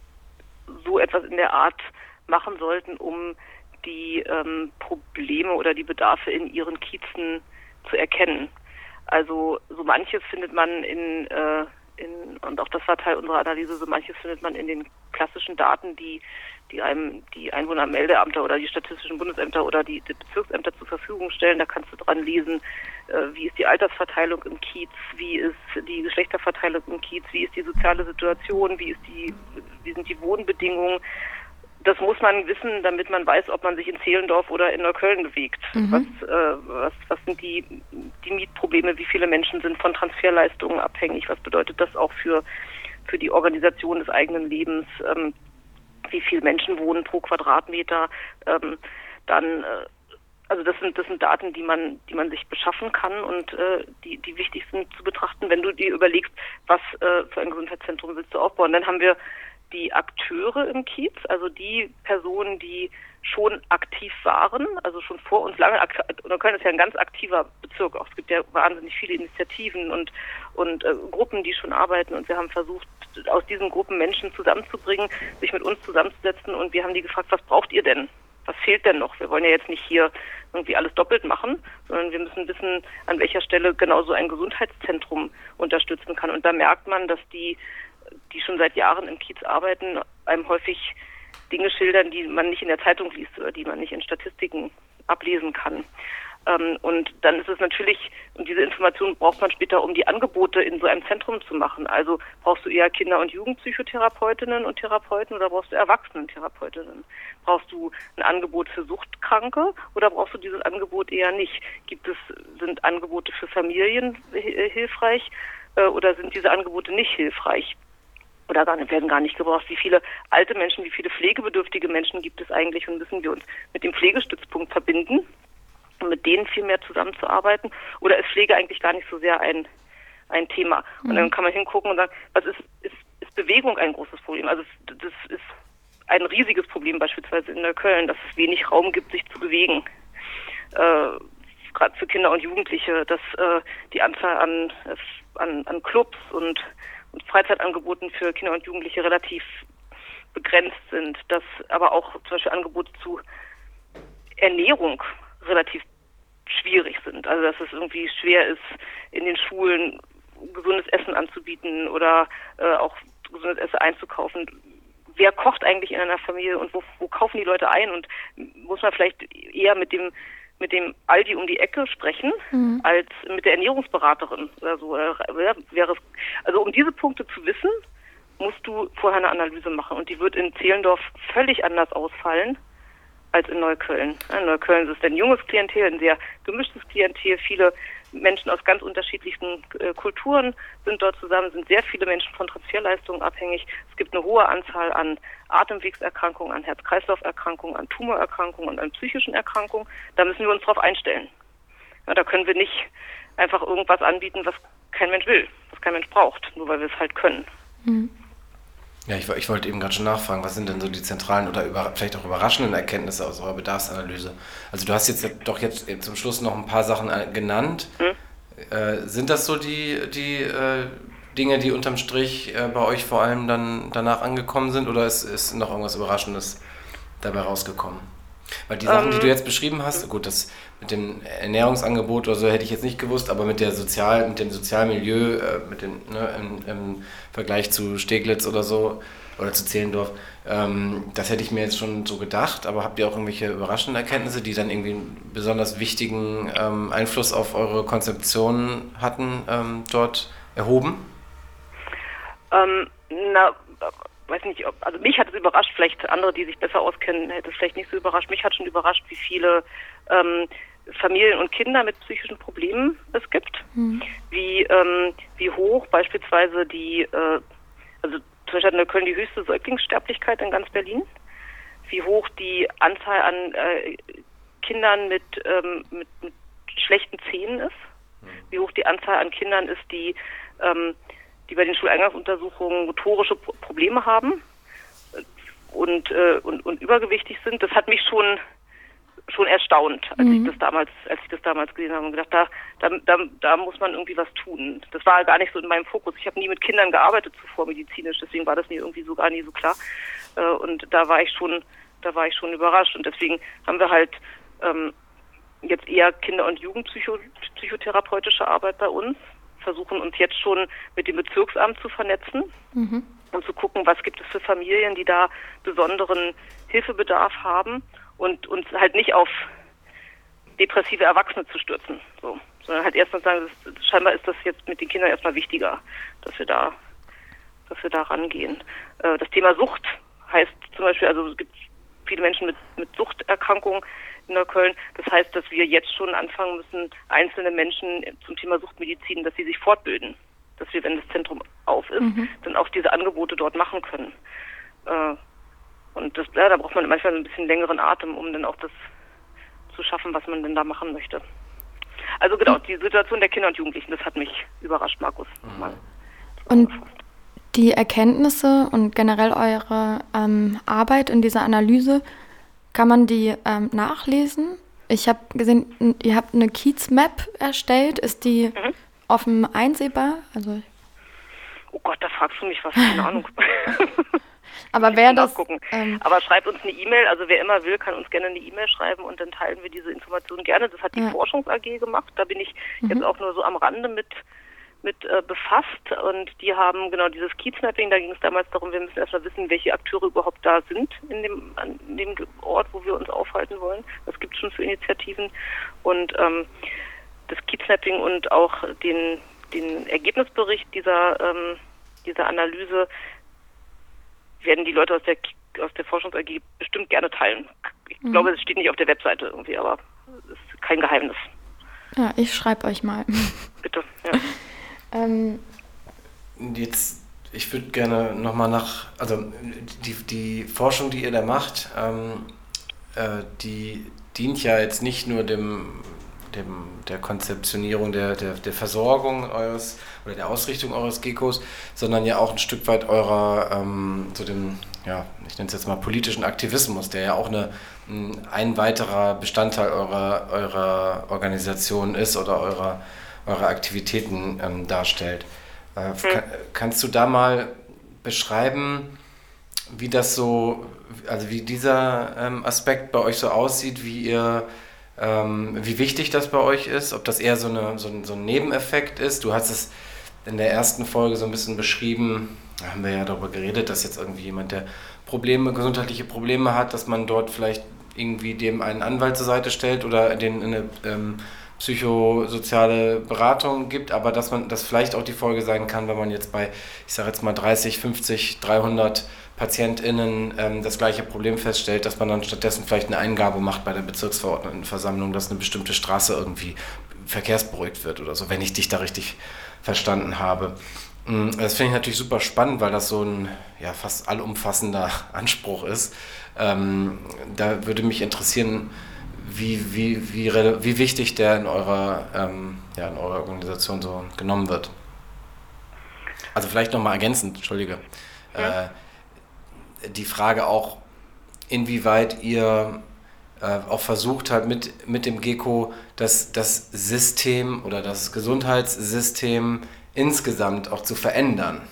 so etwas in der Art machen sollten, um die ähm, Probleme oder die Bedarfe in ihren Kiezen zu erkennen. Also so manches findet man in, äh, in, und auch das war Teil unserer Analyse, so manches findet man in den klassischen Daten, die die einem die Einwohnermeldeämter oder die statistischen Bundesämter oder die, die Bezirksämter zur Verfügung stellen. Da kannst du dran lesen, äh, wie ist die Altersverteilung im Kiez, wie ist die Geschlechterverteilung im Kiez, wie ist die soziale Situation, wie ist die, wie sind die Wohnbedingungen. Das muss man wissen, damit man weiß, ob man sich in Zehlendorf oder in Neukölln bewegt. Mhm. Was, äh, was, was sind die, die Mietprobleme, wie viele Menschen sind von Transferleistungen abhängig, was bedeutet das auch für, für die Organisation des eigenen Lebens, ähm, wie viele Menschen wohnen pro Quadratmeter, ähm, dann, äh, also das sind das sind Daten, die man die man sich beschaffen kann und äh, die die wichtig sind zu betrachten, wenn du dir überlegst, was äh, für ein Gesundheitszentrum willst du aufbauen. Dann haben wir die Akteure im Kiez, also die Personen, die schon aktiv waren, also schon vor uns lange. Neukölln ist ja ein ganz aktiver Bezirk auch. Es gibt ja wahnsinnig viele Initiativen und und äh, Gruppen, die schon arbeiten, und wir haben versucht, aus diesen Gruppen Menschen zusammenzubringen, sich mit uns zusammenzusetzen, und wir haben die gefragt, was braucht ihr denn? Was fehlt denn noch? Wir wollen ja jetzt nicht hier irgendwie alles doppelt machen, sondern wir müssen wissen, an welcher Stelle genau so ein Gesundheitszentrum unterstützen kann. Und da merkt man, dass die, die schon seit Jahren im Kiez arbeiten, einem häufig Dinge schildern, die man nicht in der Zeitung liest oder die man nicht in Statistiken ablesen kann. Ähm, und dann ist es natürlich, und diese Informationen braucht man später, um die Angebote in so einem Zentrum zu machen. Also brauchst du eher Kinder- und Jugendpsychotherapeutinnen und Therapeuten oder brauchst du Erwachsenentherapeutinnen? Brauchst du ein Angebot für Suchtkranke oder brauchst du dieses Angebot eher nicht? Gibt es, sind Angebote für Familien äh, hilfreich äh, oder sind diese Angebote nicht hilfreich? Oder gar nicht, werden gar nicht gebraucht. Wie viele alte Menschen, wie viele pflegebedürftige Menschen gibt es eigentlich, und müssen wir uns mit dem Pflegestützpunkt verbinden, um mit denen viel mehr zusammenzuarbeiten? Oder ist Pflege eigentlich gar nicht so sehr ein ein Thema? Und dann kann man hingucken und sagen, was ist, ist, ist Bewegung ein großes Problem? Also das ist ein riesiges Problem beispielsweise in Neukölln, dass es wenig Raum gibt, sich zu bewegen. Äh, gerade für Kinder und Jugendliche, dass äh, die Anzahl an, an, an Clubs und und Freizeitangeboten für Kinder und Jugendliche relativ begrenzt sind, dass aber auch zum Beispiel Angebote zu Ernährung relativ schwierig sind. Also dass es irgendwie schwer ist, in den Schulen gesundes Essen anzubieten oder äh, auch gesundes Essen einzukaufen. Wer kocht eigentlich in einer Familie und wo, wo kaufen die Leute ein? Und muss man vielleicht eher mit dem mit dem Aldi um die Ecke sprechen, mhm. als mit der Ernährungsberaterin oder so. Wäre es, also um diese Punkte zu wissen, musst du vorher eine Analyse machen. Und die wird in Zehlendorf völlig anders ausfallen als in Neukölln. In Neukölln ist es ein junges Klientel, ein sehr gemischtes Klientel. Viele Menschen aus ganz unterschiedlichen äh, Kulturen sind dort zusammen, sind sehr viele Menschen von Transferleistungen abhängig. Es gibt eine hohe Anzahl an Atemwegserkrankungen, an Herz-Kreislauf-Erkrankungen, an Tumorerkrankungen und an psychischen Erkrankungen. Da müssen wir uns drauf einstellen. Ja, da können wir nicht einfach irgendwas anbieten, was kein Mensch will, was kein Mensch braucht, nur weil wir es halt können. Mhm. Ja, ich, ich wollte eben gerade schon nachfragen, was sind denn so die zentralen oder über, vielleicht auch überraschenden Erkenntnisse aus eurer Bedarfsanalyse? Also du hast jetzt doch jetzt zum Schluss noch ein paar Sachen genannt. Hm? Äh, sind das so die, die äh, Dinge, die unterm Strich äh, bei euch vor allem dann danach angekommen sind, oder ist, ist noch irgendwas Überraschendes dabei rausgekommen? Weil die Sachen, ähm, die du jetzt beschrieben hast, gut, das mit dem Ernährungsangebot oder so hätte ich jetzt nicht gewusst, aber mit der Sozial, mit dem Sozialmilieu, äh, mit dem, ne, im, im Vergleich zu Steglitz oder so, oder zu Zehlendorf, ähm, das hätte ich mir jetzt schon so gedacht, aber habt ihr auch irgendwelche überraschenden Erkenntnisse, die dann irgendwie einen besonders wichtigen ähm, Einfluss auf eure Konzeption hatten, ähm, dort erhoben? Ähm, na, weiß nicht, ob, also mich hat es überrascht, vielleicht andere, die sich besser auskennen, hätte es vielleicht nicht so überrascht. Mich hat schon überrascht, wie viele ähm, Familien und Kinder mit psychischen Problemen es gibt, mhm. wie ähm, wie hoch beispielsweise die, äh, also zum Beispiel hat Neukölln die höchste Säuglingssterblichkeit in ganz Berlin, wie hoch die Anzahl an äh, Kindern mit, ähm, mit, mit schlechten Zähnen ist, mhm. wie hoch die Anzahl an Kindern ist, die ähm, die bei den Schuleingangsuntersuchungen motorische Probleme haben und, äh, und, und übergewichtig sind. Das hat mich schon schon erstaunt, als Mhm. ich das damals, als ich das damals gesehen habe und gedacht, da, da, da, da muss man irgendwie was tun. Das war gar nicht so in meinem Fokus. Ich habe nie mit Kindern gearbeitet zuvor medizinisch, deswegen war das mir irgendwie so gar nie so klar. Äh, und da war ich schon, da war ich schon überrascht. Und deswegen haben wir halt ähm, jetzt eher Kinder- und Jugendpsychotherapeutische Arbeit bei uns, versuchen uns jetzt schon mit dem Bezirksamt zu vernetzen. Mhm. Und zu gucken, was gibt es für Familien, die da besonderen Hilfebedarf haben und uns halt nicht auf depressive Erwachsene zu stürzen, so, sondern halt erstmal sagen, das, scheinbar ist das jetzt mit den Kindern erstmal wichtiger, dass wir da, dass wir da rangehen. Äh, das Thema Sucht heißt zum Beispiel, also es gibt viele Menschen mit, mit Suchterkrankungen in Neukölln. Das heißt, dass wir jetzt schon anfangen müssen, einzelne Menschen zum Thema Suchtmedizin, dass sie sich fortbilden. Dass wir, wenn das Zentrum auf ist, mhm. dann auch diese Angebote dort machen können. Äh, und das, ja, da braucht man manchmal ein bisschen längeren Atem, um dann auch das zu schaffen, was man denn da machen möchte. Also genau, die Situation der Kinder und Jugendlichen, das hat mich überrascht, Markus. Mhm. Mal und die Erkenntnisse und generell eure ähm, Arbeit in dieser Analyse, kann man die ähm, nachlesen? Ich habe gesehen, ihr habt eine Kiez-Map erstellt. Ist die mhm. offen einsehbar? Also oh Gott, da fragst du mich was, keine Ahnung. Aber wer das... Ähm, Aber schreibt uns eine E-Mail, also wer immer will, kann uns gerne eine E-Mail schreiben und dann teilen wir diese Informationen gerne. Das hat die ja. Forschungs-A G gemacht, da bin ich mhm. jetzt auch nur so am Rande mit, mit äh, befasst und die haben genau dieses Kiez-Mapping, da ging es damals darum, wir müssen erstmal wissen, welche Akteure überhaupt da sind in dem, an dem Ort, wo wir uns aufhalten wollen. Das gibt es schon für Initiativen und ähm, das Kiez-Mapping und auch den, den Ergebnisbericht dieser, ähm, dieser Analyse werden die Leute aus der, aus der Forschungs-A G bestimmt gerne teilen. Ich mhm. glaube, es steht nicht auf der Webseite irgendwie, aber es ist kein Geheimnis. Ja, ich schreibe euch mal. Bitte, ja. ähm. Jetzt, ich würde gerne nochmal nach, also die, die Forschung, die ihr da macht, ähm, äh, die dient ja jetzt nicht nur dem Dem, der Konzeptionierung der, der, der Versorgung eures oder der Ausrichtung eures GECOs, sondern ja auch ein Stück weit eurer, ähm, so dem, ja, ich nenne es jetzt mal politischen Aktivismus, der ja auch eine, ein weiterer Bestandteil eurer, eurer Organisation ist oder eurer, eurer Aktivitäten ähm, darstellt. Äh, mhm. kann, kannst du da mal beschreiben, wie das so, also wie dieser ähm, Aspekt bei euch so aussieht, wie ihr Ähm, wie wichtig das bei euch ist, ob das eher so, eine, so, ein, so ein Nebeneffekt ist. Du hast es in der ersten Folge so ein bisschen beschrieben, da haben wir ja darüber geredet, dass jetzt irgendwie jemand, der Probleme, gesundheitliche Probleme hat, dass man dort vielleicht irgendwie dem einen Anwalt zur Seite stellt oder den eine ähm, psychosoziale Beratung gibt, aber dass man das vielleicht auch die Folge sein kann, wenn man jetzt bei, ich sage jetzt mal dreißig, fünfzig, dreihundert PatientInnen ähm, das gleiche Problem feststellt, dass man dann stattdessen vielleicht eine Eingabe macht bei der Bezirksverordnetenversammlung, dass eine bestimmte Straße irgendwie verkehrsberuhigt wird oder so, wenn ich dich da richtig verstanden habe. Das finde ich natürlich super spannend, weil das so ein ja, fast allumfassender Anspruch ist. Ähm, da würde mich interessieren, wie, wie, wie, wie wichtig der in eurer, ähm, ja, in eurer Organisation so genommen wird. Also vielleicht nochmal ergänzend, Entschuldige. Ja. Äh, die Frage auch, inwieweit ihr äh, auch versucht habt, mit, mit dem GECO das, das System oder das Gesundheitssystem insgesamt auch zu verändern.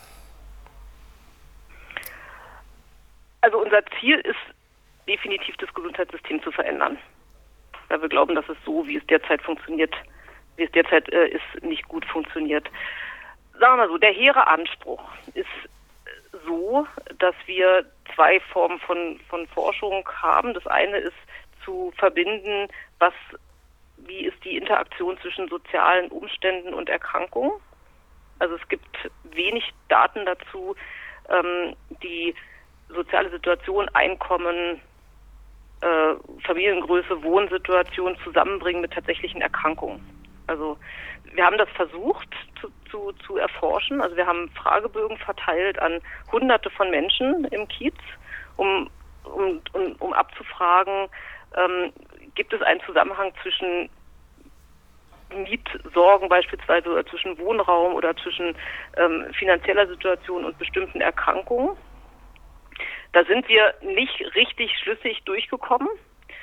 Also unser Ziel ist definitiv, das Gesundheitssystem zu verändern. Weil wir glauben, dass es so, wie es derzeit funktioniert, wie es derzeit äh, ist, nicht gut funktioniert. Sagen wir mal so, der hehre Anspruch ist so, dass wir zwei Formen von, von Forschung haben. Das eine ist zu verbinden, was, wie ist die Interaktion zwischen sozialen Umständen und Erkrankungen. Also es gibt wenig Daten dazu, ähm, die soziale Situation, Einkommen, äh, Familiengröße, Wohnsituation zusammenbringen mit tatsächlichen Erkrankungen. Also wir haben das versucht zu, zu, zu erforschen. Also wir haben Fragebögen verteilt an Hunderte von Menschen im Kiez, um, um, um, um abzufragen, ähm, gibt es einen Zusammenhang zwischen Mietsorgen beispielsweise oder zwischen Wohnraum oder zwischen ähm, finanzieller Situation und bestimmten Erkrankungen. Da sind wir nicht richtig schlüssig durchgekommen.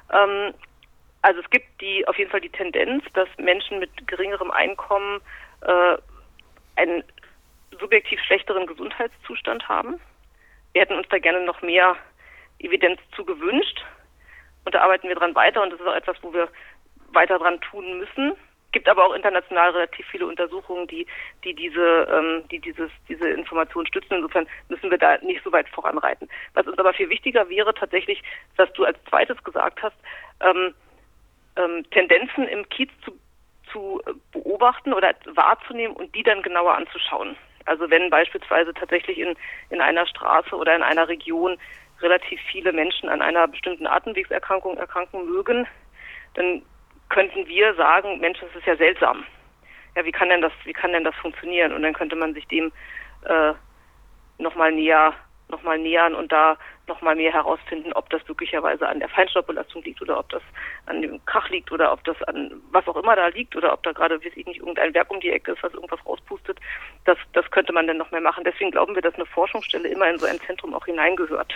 Ähm, also es gibt die auf jeden Fall die Tendenz, dass Menschen mit geringerem Einkommen äh, einen subjektiv schlechteren Gesundheitszustand haben. Wir hätten uns da gerne noch mehr Evidenz zu gewünscht. Und da arbeiten wir dran weiter und das ist auch etwas, wo wir weiter dran tun müssen. Es gibt aber auch international relativ viele Untersuchungen, die, die diese, ähm, die dieses, diese Information stützen. Insofern müssen wir da nicht so weit voranreiten. Was uns aber viel wichtiger wäre tatsächlich, was du als zweites gesagt hast, ähm, ähm, Tendenzen im Kiez zu, zu beobachten oder wahrzunehmen und die dann genauer anzuschauen. Also wenn beispielsweise tatsächlich in, in einer Straße oder in einer Region relativ viele Menschen an einer bestimmten Atemwegserkrankung erkranken mögen, dann könnten wir sagen, Mensch, das ist ja seltsam. Ja, wie kann denn das, wie kann denn das funktionieren? Und dann könnte man sich dem äh, nochmal näher, noch mal nähern und da nochmal mehr herausfinden, ob das möglicherweise an der Feinstaubbelastung liegt oder ob das an dem Krach liegt oder ob das an was auch immer da liegt oder ob da gerade, weiß ich nicht, irgendein Werk um die Ecke ist, was irgendwas rauspustet. Das, das könnte man dann noch mehr machen. Deswegen glauben wir, dass eine Forschungsstelle immer in so ein Zentrum auch hineingehört.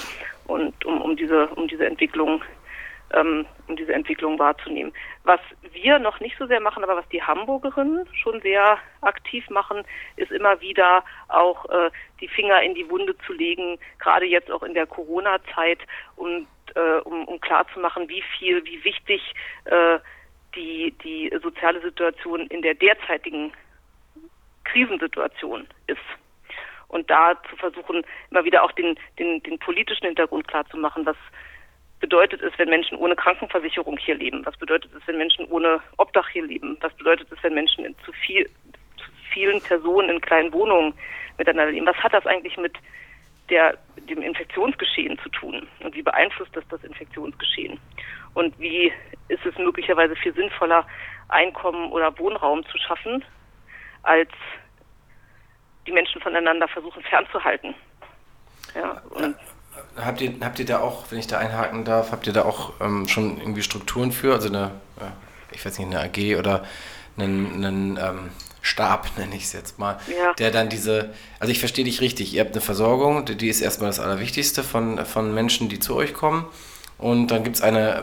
Und um, um diese, um diese Entwicklung ähm, um diese Entwicklung wahrzunehmen. Was wir noch nicht so sehr machen, aber was die Hamburgerinnen schon sehr aktiv machen, ist immer wieder auch äh, die Finger in die Wunde zu legen, gerade jetzt auch in der Corona-Zeit, um, äh, um, um klarzumachen, wie viel, wie wichtig äh, die, die soziale Situation in der derzeitigen Krisensituation ist. Und da zu versuchen, immer wieder auch den, den, den politischen Hintergrund klarzumachen, was bedeutet es, wenn Menschen ohne Krankenversicherung hier leben? Was bedeutet es, wenn Menschen ohne Obdach hier leben? Was bedeutet es, wenn Menschen in zu, viel, zu vielen Personen in kleinen Wohnungen miteinander leben? Was hat das eigentlich mit der, dem Infektionsgeschehen zu tun? Und wie beeinflusst das das Infektionsgeschehen? Und wie ist es möglicherweise viel sinnvoller, Einkommen oder Wohnraum zu schaffen, als die Menschen voneinander versuchen fernzuhalten? Ja, und Habt ihr, habt ihr da auch, wenn ich da einhaken darf, habt ihr da auch ähm, schon irgendwie Strukturen für, also eine, ich weiß nicht, eine A G oder einen, einen ähm, Stab, nenne ich es jetzt mal, ja. Der dann diese, also ich verstehe dich richtig, ihr habt eine Versorgung, die ist erstmal das Allerwichtigste von, von Menschen, die zu euch kommen, und dann gibt es eine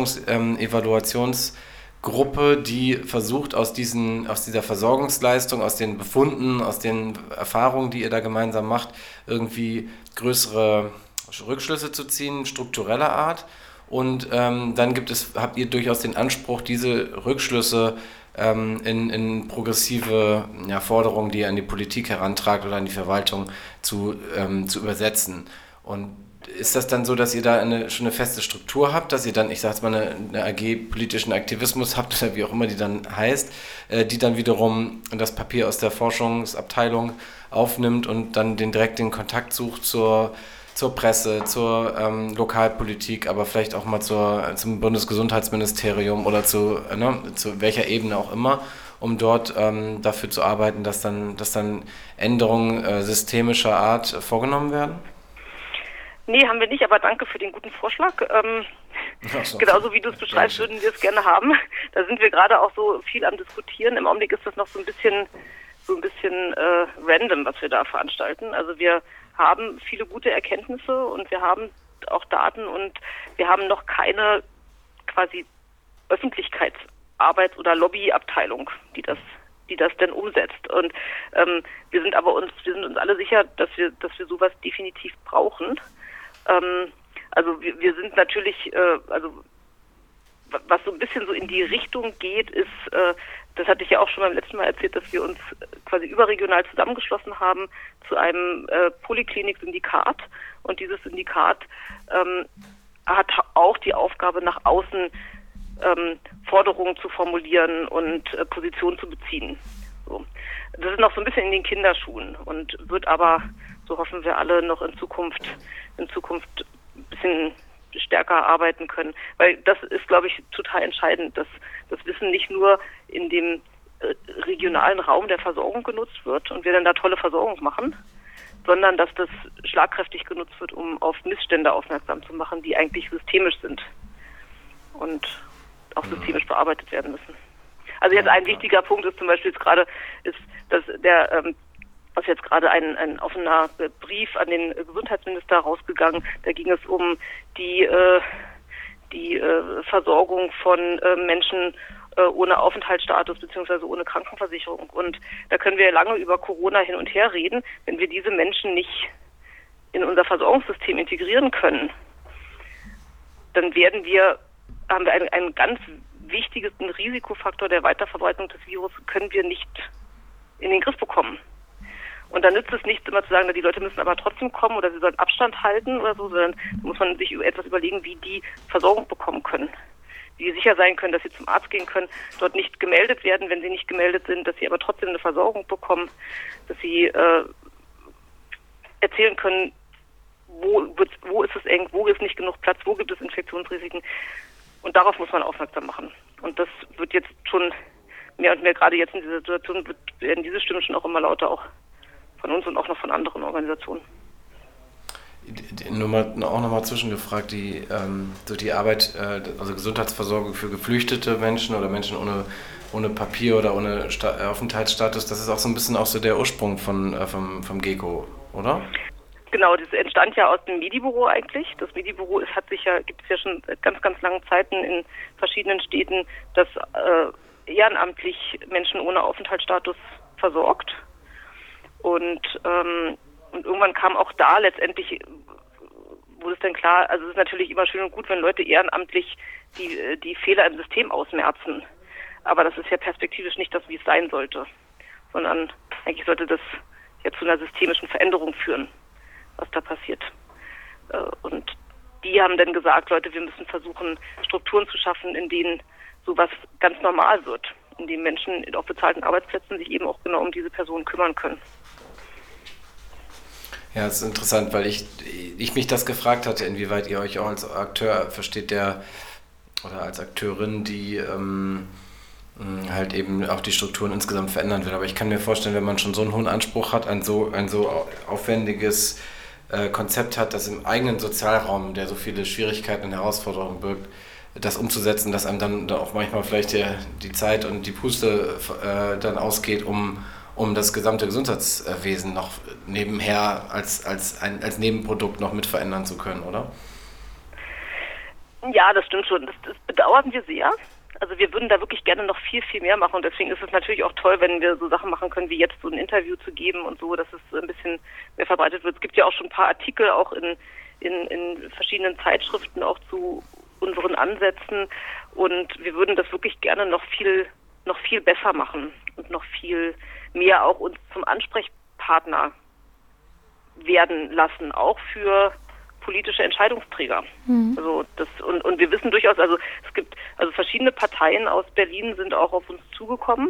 Forschungs-Evaluationsgruppe, ähm, die versucht, aus, diesen, aus dieser Versorgungsleistung, aus den Befunden, aus den Erfahrungen, die ihr da gemeinsam macht, irgendwie größere Rückschlüsse zu ziehen, struktureller Art, und ähm, dann gibt es, habt ihr durchaus den Anspruch, diese Rückschlüsse ähm, in, in progressive ja, Forderungen, die ihr an die Politik herantragt oder an die Verwaltung zu, ähm, zu übersetzen. Und ist das dann so, dass ihr da eine, schon eine feste Struktur habt, dass ihr dann, ich sag's mal, eine, eine A G politischen Aktivismus habt oder wie auch immer die dann heißt, äh, die dann wiederum das Papier aus der Forschungsabteilung aufnimmt und dann den direkten Kontakt sucht zur zur Presse, zur ähm, Lokalpolitik, aber vielleicht auch mal zur, zum Bundesgesundheitsministerium oder zu, ne, zu welcher Ebene auch immer, um dort ähm, dafür zu arbeiten, dass dann, dass dann Änderungen äh, systemischer Art vorgenommen werden? Nee, haben wir nicht, aber danke für den guten Vorschlag. Ähm, so. Genauso wie du es beschreibst, würden wir es gerne haben. Da sind wir gerade auch so viel am Diskutieren. Im Augenblick ist das noch so ein bisschen, so ein bisschen äh, random, was wir da veranstalten. Also wir haben viele gute Erkenntnisse und wir haben auch Daten und wir haben noch keine quasi Öffentlichkeitsarbeit oder Lobbyabteilung, die das, die das denn umsetzt. Und ähm, wir sind aber uns, wir sind uns alle sicher, dass wir, dass wir sowas definitiv brauchen. Ähm, also wir, wir sind natürlich, äh, also was so ein bisschen so in die Richtung geht, ist, äh, das hatte ich ja auch schon beim letzten Mal erzählt, dass wir uns quasi überregional zusammengeschlossen haben zu einem äh, Poliklinik-Syndikat. Und dieses Syndikat ähm, hat auch die Aufgabe, nach außen ähm, Forderungen zu formulieren und äh, Positionen zu beziehen. So. Das ist noch so ein bisschen in den Kinderschuhen und wird aber, so hoffen wir alle, noch in Zukunft, in Zukunft ein bisschen stärker arbeiten können, weil das ist, glaube ich, total entscheidend, dass das Wissen nicht nur in dem äh, regionalen Raum der Versorgung genutzt wird und wir dann da tolle Versorgung machen, sondern dass das schlagkräftig genutzt wird, um auf Missstände aufmerksam zu machen, die eigentlich systemisch sind und auch systemisch bearbeitet werden müssen. Also jetzt ein wichtiger Punkt ist zum Beispiel jetzt gerade, ist, dass der ähm, was jetzt gerade ein, ein offener Brief an den Gesundheitsminister rausgegangen, da ging es um die, äh, die äh, Versorgung von äh, Menschen äh, ohne Aufenthaltsstatus bzw. ohne Krankenversicherung. Und da können wir lange über Corona hin und her reden. Wenn wir diese Menschen nicht in unser Versorgungssystem integrieren können, dann werden wir, haben wir einen, einen ganz wichtigen Risikofaktor der Weiterverbreitung des Virus, können wir nicht in den Griff bekommen. Und dann nützt es nichts, immer zu sagen, die Leute müssen aber trotzdem kommen oder sie sollen Abstand halten oder so, sondern da muss man sich etwas überlegen, wie die Versorgung bekommen können. Wie sie sicher sein können, dass sie zum Arzt gehen können, dort nicht gemeldet werden, wenn sie nicht gemeldet sind, dass sie aber trotzdem eine Versorgung bekommen, dass sie äh, erzählen können, wo, wird, wo ist es eng, wo ist nicht genug Platz, wo gibt es Infektionsrisiken. Und darauf muss man aufmerksam machen. Und das wird jetzt schon mehr und mehr, gerade jetzt in dieser Situation, wird, werden diese Stimmen schon auch immer lauter, auch von uns und auch noch von anderen Organisationen. Nur mal, auch nochmal zwischengefragt, die, ähm, so die Arbeit, äh, also Gesundheitsversorgung für geflüchtete Menschen oder Menschen ohne, ohne Papier oder ohne Sta- Aufenthaltsstatus, das ist auch so ein bisschen auch so der Ursprung von, äh, vom, vom GECO, oder? Genau, das entstand ja aus dem Medibüro eigentlich. Das Medibüro ist, hat sich ja, gibt es ja schon seit ganz, ganz langen Zeiten in verschiedenen Städten, das äh, ehrenamtlich Menschen ohne Aufenthaltsstatus versorgt. Und, ähm, und irgendwann kam auch da letztendlich, wurde es dann klar, also es ist natürlich immer schön und gut, wenn Leute ehrenamtlich die, die Fehler im System ausmerzen. Aber das ist ja perspektivisch nicht das, wie es sein sollte. Sondern eigentlich sollte das ja zu einer systemischen Veränderung führen, was da passiert. Und die haben dann gesagt, Leute, wir müssen versuchen, Strukturen zu schaffen, in denen sowas ganz normal wird, in denen Menschen auf bezahlten Arbeitsplätzen sich eben auch genau um diese Personen kümmern können. Ja, das ist interessant, weil ich, ich mich das gefragt hatte, inwieweit ihr euch auch als Akteur versteht, der oder als Akteurin, die ähm, halt eben auch die Strukturen insgesamt verändern will. Aber ich kann mir vorstellen, wenn man schon so einen hohen Anspruch hat, ein so, ein so aufwendiges äh, Konzept hat, das im eigenen Sozialraum, der so viele Schwierigkeiten und Herausforderungen birgt, das umzusetzen, dass einem dann auch manchmal vielleicht die, die Zeit und die Puste äh, dann ausgeht, um um das gesamte Gesundheitswesen noch nebenher als, als, ein, als Nebenprodukt noch mit verändern zu können, oder? Ja, das stimmt schon. Das, das bedauern wir sehr. Also wir würden da wirklich gerne noch viel, viel mehr machen und deswegen ist es natürlich auch toll, wenn wir so Sachen machen können, wie jetzt so ein Interview zu geben und so, dass es ein bisschen mehr verbreitet wird. Es gibt ja auch schon ein paar Artikel auch in, in, in verschiedenen Zeitschriften auch zu unseren Ansätzen und wir würden das wirklich gerne noch viel, noch viel besser machen und noch viel mehr auch uns zum Ansprechpartner werden lassen, auch für politische Entscheidungsträger. Mhm. Also das und, und wir wissen durchaus, also es gibt also verschiedene Parteien aus Berlin sind auch auf uns zugekommen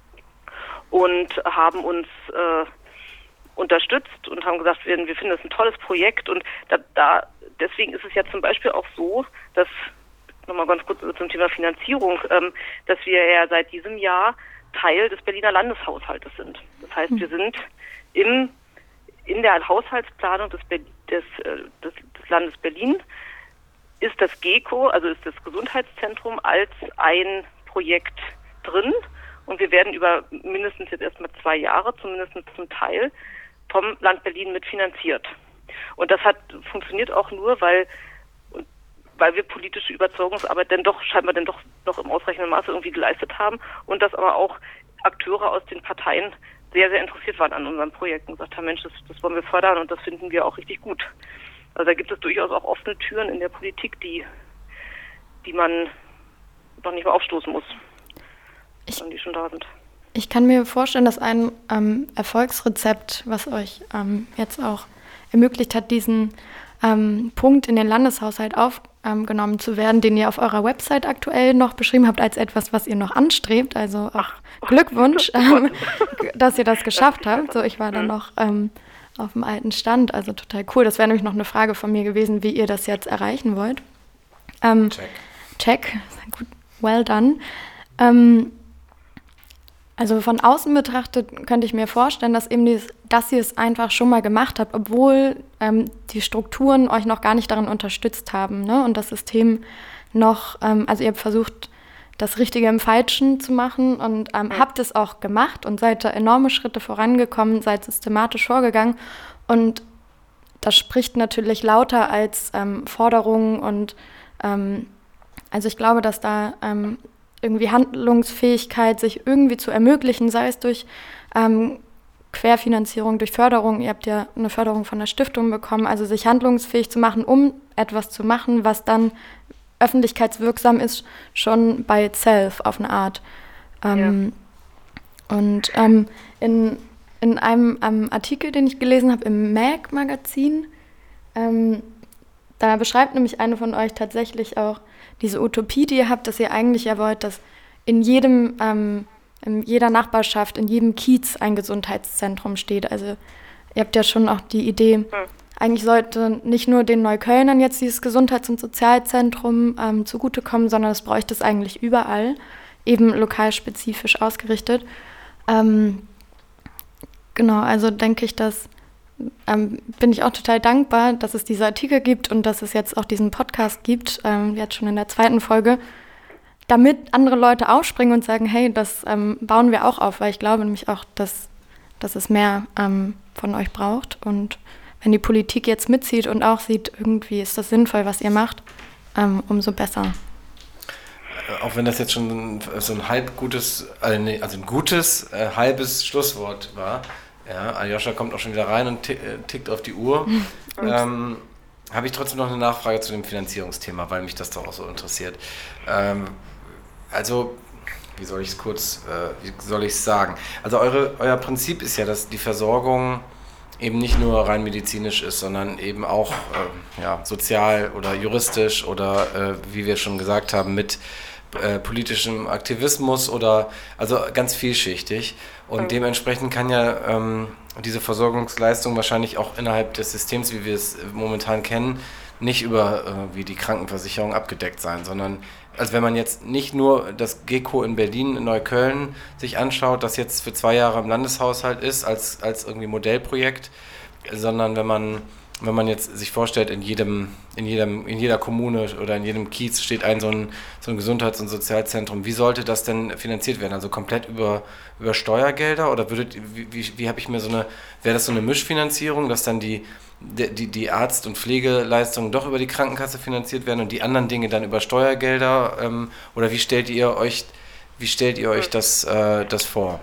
und haben uns äh, unterstützt und haben gesagt, wir, wir finden das ein tolles Projekt und da, da deswegen ist es ja zum Beispiel auch so, dass nochmal ganz kurz zum Thema Finanzierung, ähm, dass wir ja seit diesem Jahr Teil des Berliner Landeshaushaltes sind. Das heißt, wir sind im, in der Haushaltsplanung des, des, des, des Landes Berlin ist das GECO, also ist das Gesundheitszentrum als ein Projekt drin und wir werden über mindestens jetzt erstmal zwei Jahre, zumindest zum Teil, vom Land Berlin mitfinanziert. Und das hat funktioniert auch nur, weil weil wir politische Überzeugungsarbeit denn doch scheinbar denn doch noch im ausreichenden Maße irgendwie geleistet haben und dass aber auch Akteure aus den Parteien sehr, sehr interessiert waren an unserem Projekt und gesagt haben, Mensch, das, das wollen wir fördern und das finden wir auch richtig gut. Also da gibt es durchaus auch offene Türen in der Politik, die, die man noch nicht mal aufstoßen muss, ich, die schon da sind. Ich kann mir vorstellen, dass ein ähm, Erfolgsrezept, was euch ähm, jetzt auch ermöglicht hat, diesen ähm, Punkt in den Landeshaushalt aufgenommen zu werden, den ihr auf eurer Website aktuell noch beschrieben habt als etwas, was ihr noch anstrebt. Also auch Glückwunsch, ähm, dass ihr das geschafft habt. So, ich war dann noch ähm, auf dem alten Stand, also total cool. Das wäre nämlich noch eine Frage von mir gewesen, wie ihr das jetzt erreichen wollt. Ähm, check. Check, gut, well done. Ähm, Also von außen betrachtet könnte ich mir vorstellen, dass eben dieses, dass ihr es einfach schon mal gemacht habt, obwohl ähm, die Strukturen euch noch gar nicht darin unterstützt haben, ne? Und das System noch, ähm, also ihr habt versucht, das Richtige im Falschen zu machen und ähm, ja. habt es auch gemacht und seid da enorme Schritte vorangekommen, seid systematisch vorgegangen und das spricht natürlich lauter als ähm, Forderungen und ähm, Also ich glaube, dass da ähm, irgendwie Handlungsfähigkeit sich irgendwie zu ermöglichen, sei es durch ähm, Querfinanzierung, durch Förderung. Ihr habt ja eine Förderung von der Stiftung bekommen, also sich handlungsfähig zu machen, um etwas zu machen, was dann öffentlichkeitswirksam ist, schon by itself auf eine Art. Ähm, ja. Und ähm, in, in einem, einem Artikel, den ich gelesen habe im Mag-Magazin, ähm, da beschreibt nämlich eine von euch tatsächlich auch diese Utopie, die ihr habt, dass ihr eigentlich ja wollt, dass in jedem, ähm, in jeder Nachbarschaft, in jedem Kiez ein Gesundheitszentrum steht. Also ihr habt ja schon auch die Idee, hm. eigentlich sollte nicht nur den Neuköllnern jetzt dieses Gesundheits- und Sozialzentrum ähm, zugutekommen, sondern es bräuchte es eigentlich überall, eben lokal spezifisch ausgerichtet. Ähm, genau, also denke ich, dass ähm, bin ich auch total dankbar, dass es diese Artikel gibt und dass es jetzt auch diesen Podcast gibt, ähm, jetzt schon in der zweiten Folge, damit andere Leute aufspringen und sagen, hey, das ähm, bauen wir auch auf, weil ich glaube nämlich auch, dass, dass es mehr ähm, von euch braucht. Und wenn die Politik jetzt mitzieht und auch sieht, irgendwie ist das sinnvoll, was ihr macht, ähm, umso besser. Auch wenn das jetzt schon so ein halb gutes, also ein gutes, äh, halbes Schlusswort war. Ja, Aljoscha kommt auch schon wieder rein und tickt auf die Uhr. ähm, habe ich trotzdem noch eine Nachfrage zu dem Finanzierungsthema, weil mich das doch auch so interessiert. Ähm, also, wie soll ich es kurz, äh, wie soll ich es sagen? Also eure, euer Prinzip ist ja, dass die Versorgung eben nicht nur rein medizinisch ist, sondern eben auch äh, ja, sozial oder juristisch oder, äh, wie wir schon gesagt haben, mit äh, politischem Aktivismus oder also ganz vielschichtig. Und mhm. dementsprechend kann ja ähm, diese Versorgungsleistung wahrscheinlich auch innerhalb des Systems, wie wir es momentan kennen, nicht über äh, wie die Krankenversicherung abgedeckt sein, sondern also wenn man jetzt nicht nur das G E C O in Berlin, in Neukölln sich anschaut, das jetzt für zwei Jahre im Landeshaushalt ist, als, als irgendwie Modellprojekt, sondern wenn man wenn man jetzt sich vorstellt, in jedem, in jedem, in jeder Kommune oder in jedem Kiez steht ein so ein, so ein Gesundheits- und Sozialzentrum. Wie sollte das denn finanziert werden? Also komplett über, über Steuergelder oder würdet, wie, wie, wie habe ich mir so eine, wäre das so eine Mischfinanzierung, dass dann die, die, die Arzt- und Pflegeleistungen doch über die Krankenkasse finanziert werden und die anderen Dinge dann über Steuergelder? Ähm, oder wie stellt ihr euch, wie stellt ihr euch das, äh, das vor?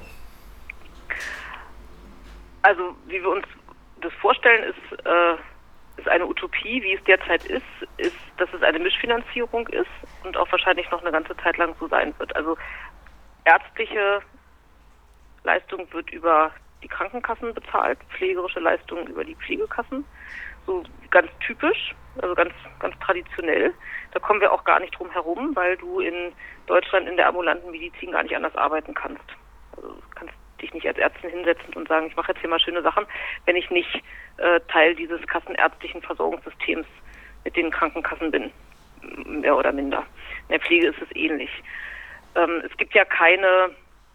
Also wie wir uns das vorstellen, ist, äh, ist eine Utopie, wie es derzeit ist, ist, dass es eine Mischfinanzierung ist und auch wahrscheinlich noch eine ganze Zeit lang so sein wird. Also ärztliche Leistung wird über die Krankenkassen bezahlt, pflegerische Leistungen über die Pflegekassen, so ganz typisch, also ganz, ganz traditionell. Da kommen wir auch gar nicht drum herum, weil du in Deutschland in der ambulanten Medizin gar nicht anders arbeiten kannst. Also du kannst dich nicht als Ärztin hinsetzen und sagen, ich mache jetzt hier mal schöne Sachen, wenn ich nicht äh, Teil dieses kassenärztlichen Versorgungssystems mit den Krankenkassen bin, mehr oder minder. In der Pflege ist es ähnlich. Ähm, es gibt ja keine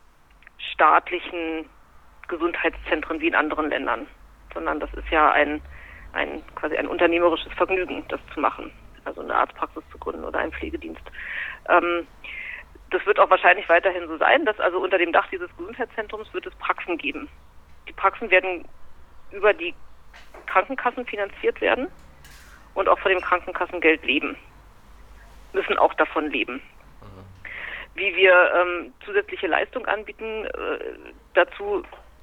staatlichen Gesundheitszentren wie in anderen Ländern, sondern das ist ja ein, ein quasi ein unternehmerisches Vergnügen, das zu machen, also eine Arztpraxis zu gründen oder einen Pflegedienst. Ähm, Das wird auch wahrscheinlich weiterhin so sein, dass also unter dem Dach dieses Gesundheitszentrums wird es Praxen geben. Die Praxen werden über die Krankenkassen finanziert werden und auch von dem Krankenkassengeld leben, müssen auch davon leben. Wie wir ähm, zusätzliche Leistung anbieten, äh, dazu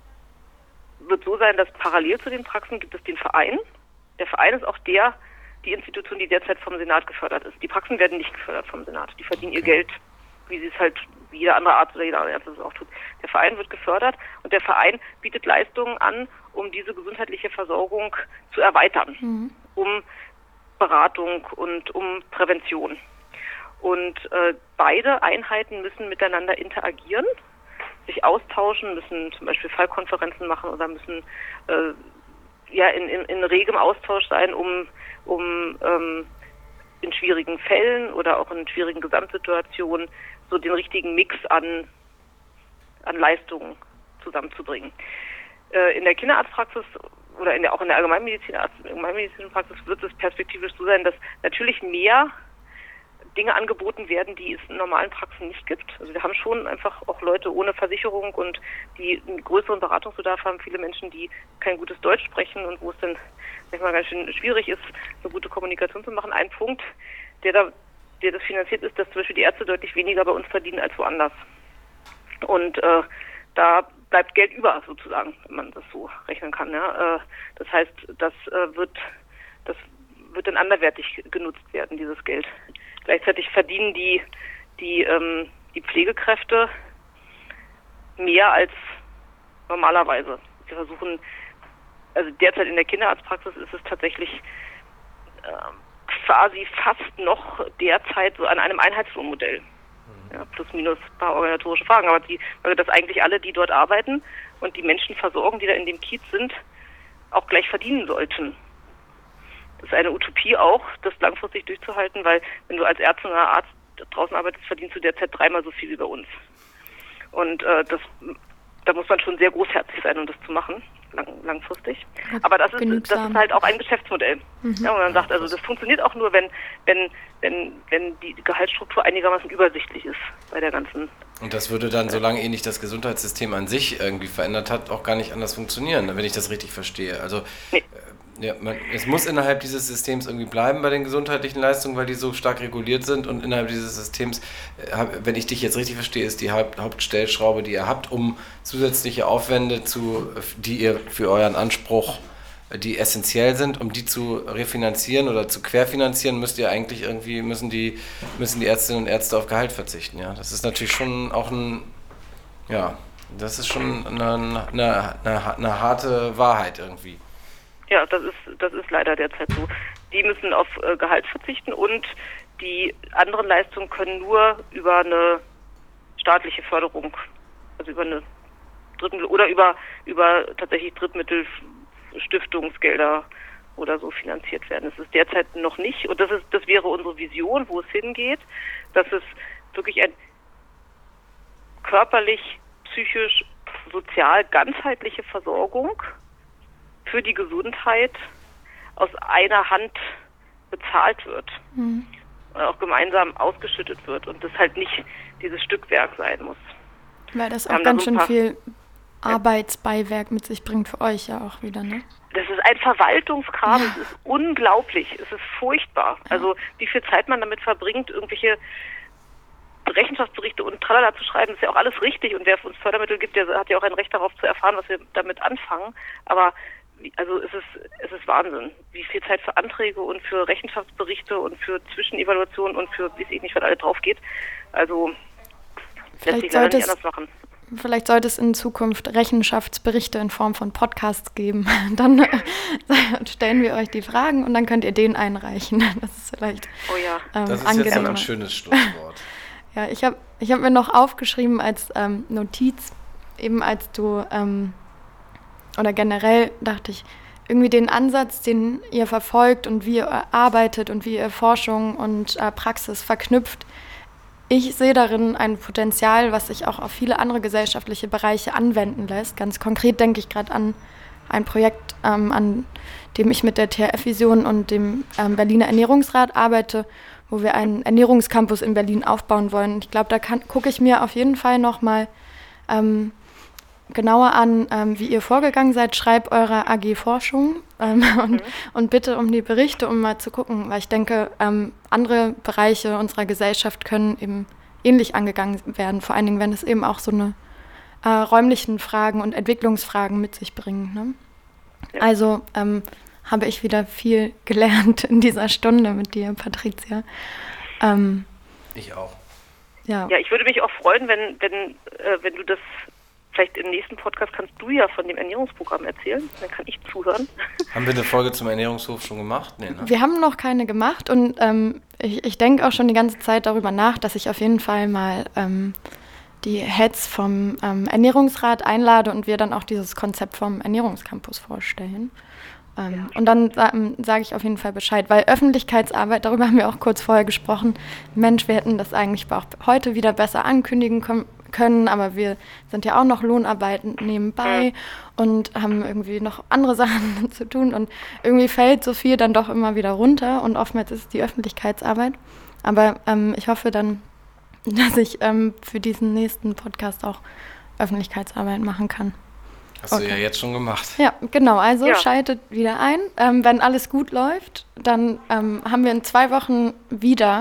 wird so sein, dass parallel zu den Praxen gibt es den Verein. Der Verein ist auch der, die Institution, die derzeit vom Senat gefördert ist. Die Praxen werden nicht gefördert vom Senat, die verdienen ihr Geld, wie sie es halt, wie jeder andere Arzt oder jeder andere Arzt es auch tut. Der Verein wird gefördert und der Verein bietet Leistungen an, um diese gesundheitliche Versorgung zu erweitern, mhm. um Beratung und um Prävention. Und äh, beide Einheiten müssen miteinander interagieren, sich austauschen, müssen zum Beispiel Fallkonferenzen machen oder müssen äh, ja in, in, in regem Austausch sein, um, um ähm, in schwierigen Fällen oder auch in schwierigen Gesamtsituationen so den richtigen Mix an, an Leistungen zusammenzubringen. Äh, in der Kinderarztpraxis oder in der, auch in der allgemeinmedizinischen Praxis wird es perspektivisch so sein, dass natürlich mehr Dinge angeboten werden, die es in normalen Praxen nicht gibt. Also wir haben schon einfach auch Leute ohne Versicherung und die einen größeren Beratungsbedarf haben, viele Menschen, die kein gutes Deutsch sprechen und wo es dann manchmal ganz schön schwierig ist, eine gute Kommunikation zu machen. Ein Punkt, der da der das finanziert, ist, dass zum Beispiel die Ärzte deutlich weniger bei uns verdienen als woanders. Und äh, da bleibt Geld über, sozusagen, wenn man das so rechnen kann. Ja? Äh, das heißt, das äh, wird das wird dann anderweitig genutzt werden, dieses Geld. Gleichzeitig verdienen die die ähm, die Pflegekräfte mehr als normalerweise. Sie versuchen, also derzeit in der Kinderarztpraxis ist es tatsächlich äh, quasi fast noch derzeit so an einem Einheitslohnmodell. Ja, plus minus ein paar organisatorische Fragen, aber die, also dass eigentlich alle, die dort arbeiten und die Menschen versorgen, die da in dem Kiez sind, auch gleich verdienen sollten. Das ist eine Utopie auch, das langfristig durchzuhalten, weil wenn du als Ärztin oder Arzt draußen arbeitest, verdienst du derzeit dreimal so viel wie bei uns. Und äh, das, da muss man schon sehr großherzig sein, um das zu machen, lang, langfristig. Aber das ist, das ist halt auch ein Geschäftsmodell. Mhm. Ja, und man sagt, also das funktioniert auch nur, wenn, wenn, wenn, wenn die Gehaltsstruktur einigermaßen übersichtlich ist bei der ganzen. Und das würde dann, solange eh nicht das Gesundheitssystem an sich irgendwie verändert hat, auch gar nicht anders funktionieren, wenn ich das richtig verstehe. Also nee. äh, ja, man, es muss innerhalb dieses Systems irgendwie bleiben bei den gesundheitlichen Leistungen, weil die so stark reguliert sind, und innerhalb dieses Systems, äh, wenn ich dich jetzt richtig verstehe, ist die Haupt, Hauptstellschraube, die ihr habt, um zusätzliche Aufwände, zu, die ihr für euren Anspruch, die essentiell sind, um die zu refinanzieren oder zu querfinanzieren, müsst ihr eigentlich irgendwie, müssen die, müssen die Ärztinnen und Ärzte auf Gehalt verzichten. Ja? Das ist natürlich schon auch ein, ja, das ist schon eine, eine, eine, eine harte Wahrheit irgendwie. Ja, das ist das ist leider derzeit so. Die müssen auf äh, Gehalt verzichten, und die anderen Leistungen können nur über eine staatliche Förderung, also über eine Drittmittel oder über über tatsächlich Drittmittel, Stiftungsgelder oder so finanziert werden. Das ist derzeit noch nicht, und das ist das wäre unsere Vision, wo es hingeht, dass es wirklich ein körperlich, psychisch, sozial ganzheitliche Versorgung für die Gesundheit aus einer Hand bezahlt wird, mhm. und auch gemeinsam ausgeschüttet wird, und das halt nicht dieses Stückwerk sein muss. Weil das auch ganz so schön viel Arbeitsbeiwerk mit sich bringt für euch ja auch wieder, ne? Das ist ein Verwaltungskram, Ja. es ist unglaublich, es ist furchtbar. Ja. Also wie viel Zeit man damit verbringt, irgendwelche Rechenschaftsberichte und tralala zu schreiben, ist ja auch alles richtig, und wer uns Fördermittel gibt, der hat ja auch ein Recht darauf zu erfahren, was wir damit anfangen, aber also es ist es ist Wahnsinn, wie viel Zeit für Anträge und für Rechenschaftsberichte und für Zwischenevaluationen und für, weiß ich nicht, was alles drauf geht. Also lässt sich leider nicht anders machen. Vielleicht sollte es in Zukunft Rechenschaftsberichte in Form von Podcasts geben. Dann äh, stellen wir euch die Fragen und dann könnt ihr den einreichen. Das ist vielleicht oh ja. ähm, Das ist angenehmer. jetzt ein schönes Schlusswort. Ja, ich habe ich hab mir noch aufgeschrieben als ähm, Notiz, eben als du, ähm, oder generell dachte ich, irgendwie den Ansatz, den ihr verfolgt und wie ihr arbeitet und wie ihr Forschung und äh, Praxis verknüpft. Ich sehe darin ein Potenzial, was sich auch auf viele andere gesellschaftliche Bereiche anwenden lässt. Ganz konkret denke ich gerade an ein Projekt, ähm, an dem ich mit der T H F-Vision und dem ähm, Berliner Ernährungsrat arbeite, wo wir einen Ernährungscampus in Berlin aufbauen wollen. Ich glaube, da gucke ich mir auf jeden Fall nochmal ähm, genauer an, ähm, wie ihr vorgegangen seid. Schreibt eure A G Forschung ähm, und, mhm. und bitte um die Berichte, um mal zu gucken, weil ich denke, ähm, andere Bereiche unserer Gesellschaft können eben ähnlich angegangen werden, vor allen Dingen, wenn es eben auch so eine äh, räumlichen Fragen und Entwicklungsfragen mit sich bringen. Ne? Ja. Also ähm, habe ich wieder viel gelernt in dieser Stunde mit dir, Patricia. Ähm, ich auch. Ja. ja, ich würde mich auch freuen, wenn, wenn, äh, wenn du das vielleicht im nächsten Podcast kannst du ja von dem Ernährungsprogramm erzählen, dann kann ich zuhören. Haben wir eine Folge zum Ernährungshof schon gemacht? Nee, ne? Wir haben noch keine gemacht, und ähm, ich, ich denke auch schon die ganze Zeit darüber nach, dass ich auf jeden Fall mal ähm, die Heads vom ähm, Ernährungsrat einlade und wir dann auch dieses Konzept vom Ernährungscampus vorstellen. Ähm, ja. Und dann ähm, sage ich auf jeden Fall Bescheid, weil Öffentlichkeitsarbeit, darüber haben wir auch kurz vorher gesprochen, Mensch, wir hätten das eigentlich auch heute wieder besser ankündigen können, können, aber wir sind ja auch noch Lohnarbeiten nebenbei und haben irgendwie noch andere Sachen zu tun, und irgendwie fällt so viel dann doch immer wieder runter, und oftmals ist es die Öffentlichkeitsarbeit. Aber ähm, ich hoffe dann, dass ich ähm, für diesen nächsten Podcast auch Öffentlichkeitsarbeit machen kann. Hast okay. du ja jetzt schon gemacht. Ja, genau. Also ja. schaltet wieder ein. Ähm, wenn alles gut läuft, dann ähm, haben wir in zwei Wochen wieder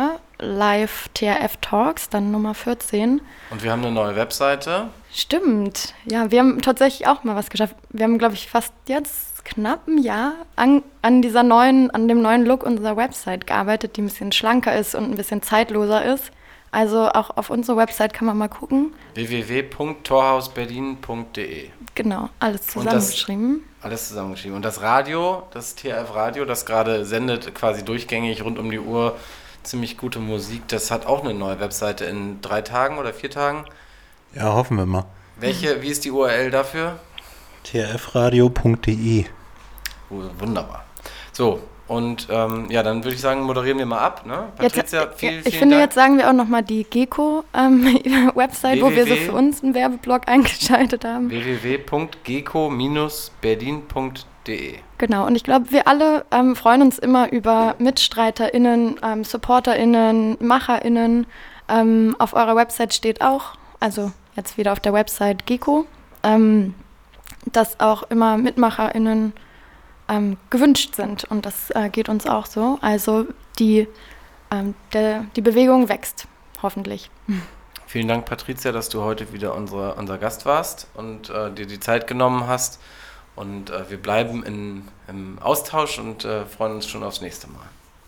Live T R F Talks, dann Nummer vierzehn. Und wir haben eine neue Webseite. Stimmt. Ja, wir haben tatsächlich auch mal was geschafft. Wir haben, glaube ich, fast jetzt knapp ein Jahr an, an dieser neuen, an dem neuen Look unserer Website gearbeitet, die ein bisschen schlanker ist und ein bisschen zeitloser ist. Also auch auf unserer Website kann man mal gucken. w w w punkt torhausberlin punkt d e. Genau, alles zusammengeschrieben. Alles zusammengeschrieben. Und das Radio, das T R F Radio, das gerade sendet quasi durchgängig rund um die Uhr ziemlich gute Musik, das hat auch eine neue Webseite in drei Tagen oder vier Tagen. Ja, hoffen wir mal. Welche, wie ist die U R L dafür? t r f radio punkt d e. Oh, wunderbar. So, und ähm, ja, dann würde ich sagen, moderieren wir mal ab. Ne? Patricia, jetzt, viel, ich vielen finde, Dank. jetzt sagen wir auch nochmal die Geko-Website, ähm, wo wir so für uns einen Werbeblock eingeschaltet haben. w w w punkt geko Bindestrich berlin punkt d e. Genau, und ich glaube, wir alle ähm, freuen uns immer über MitstreiterInnen, ähm, SupporterInnen, MacherInnen. Ähm, auf eurer Website steht auch, also jetzt wieder auf der Website Geko, ähm, dass auch immer MitmacherInnen ähm, gewünscht sind. Und das äh, geht uns auch so. Also die, ähm, der, die Bewegung wächst, hoffentlich. Vielen Dank, Patricia, dass du heute wieder unsere, unser Gast warst und äh, dir die Zeit genommen hast. Und äh, wir bleiben in, im Austausch und äh, freuen uns schon aufs nächste Mal.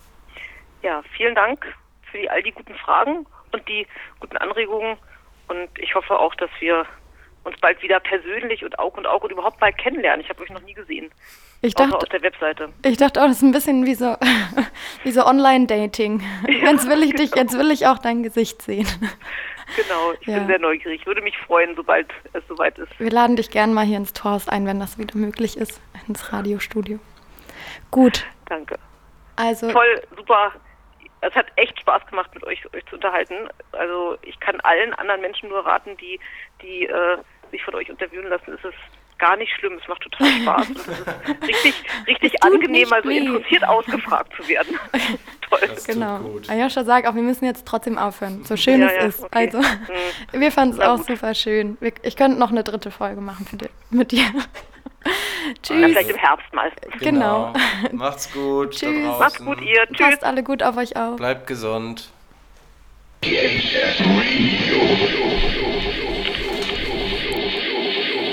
Ja, vielen Dank für die, all die guten Fragen und die guten Anregungen. Und ich hoffe auch, dass wir uns bald wieder persönlich und Aug und Auge und überhaupt bald kennenlernen. Ich habe euch noch nie gesehen. Ich Außer dachte, auf der Webseite. Ich dachte auch, das ist ein bisschen wie so, wie so Online-Dating. Ja, Jetzt will ich dich, genau. jetzt will ich auch dein Gesicht sehen. Genau, ich Ja. bin sehr neugierig. Ich würde mich freuen, sobald es soweit ist. Wir laden dich gerne mal hier ins Torhaus ein, wenn das wieder möglich ist, ins Radiostudio. Gut, Danke. also Toll, super. Es hat echt Spaß gemacht, mit euch, euch zu unterhalten. Also ich kann allen anderen Menschen nur raten, die, die äh, sich von euch interviewen lassen. Es ist gar nicht schlimm. Es macht total Spaß. Und es ist richtig, richtig Es tut angenehm, nicht mal so weh. interessiert ausgefragt zu werden. Toll. Das genau. tut gut. Ayosha sagt auch, wir müssen jetzt trotzdem aufhören, so schön Ja, es ja, ist. okay. Also Mhm. wir fanden es Na auch gut. super schön. Wir, ich könnte noch eine dritte Folge machen für dich, mit dir. Ja, Tschüss. vielleicht im Herbst mal. Genau. Macht's gut. da Tschüss. draußen. Macht's gut, ihr. Tschüss. Passt alle gut auf euch auf. Bleibt gesund. T H F Radio.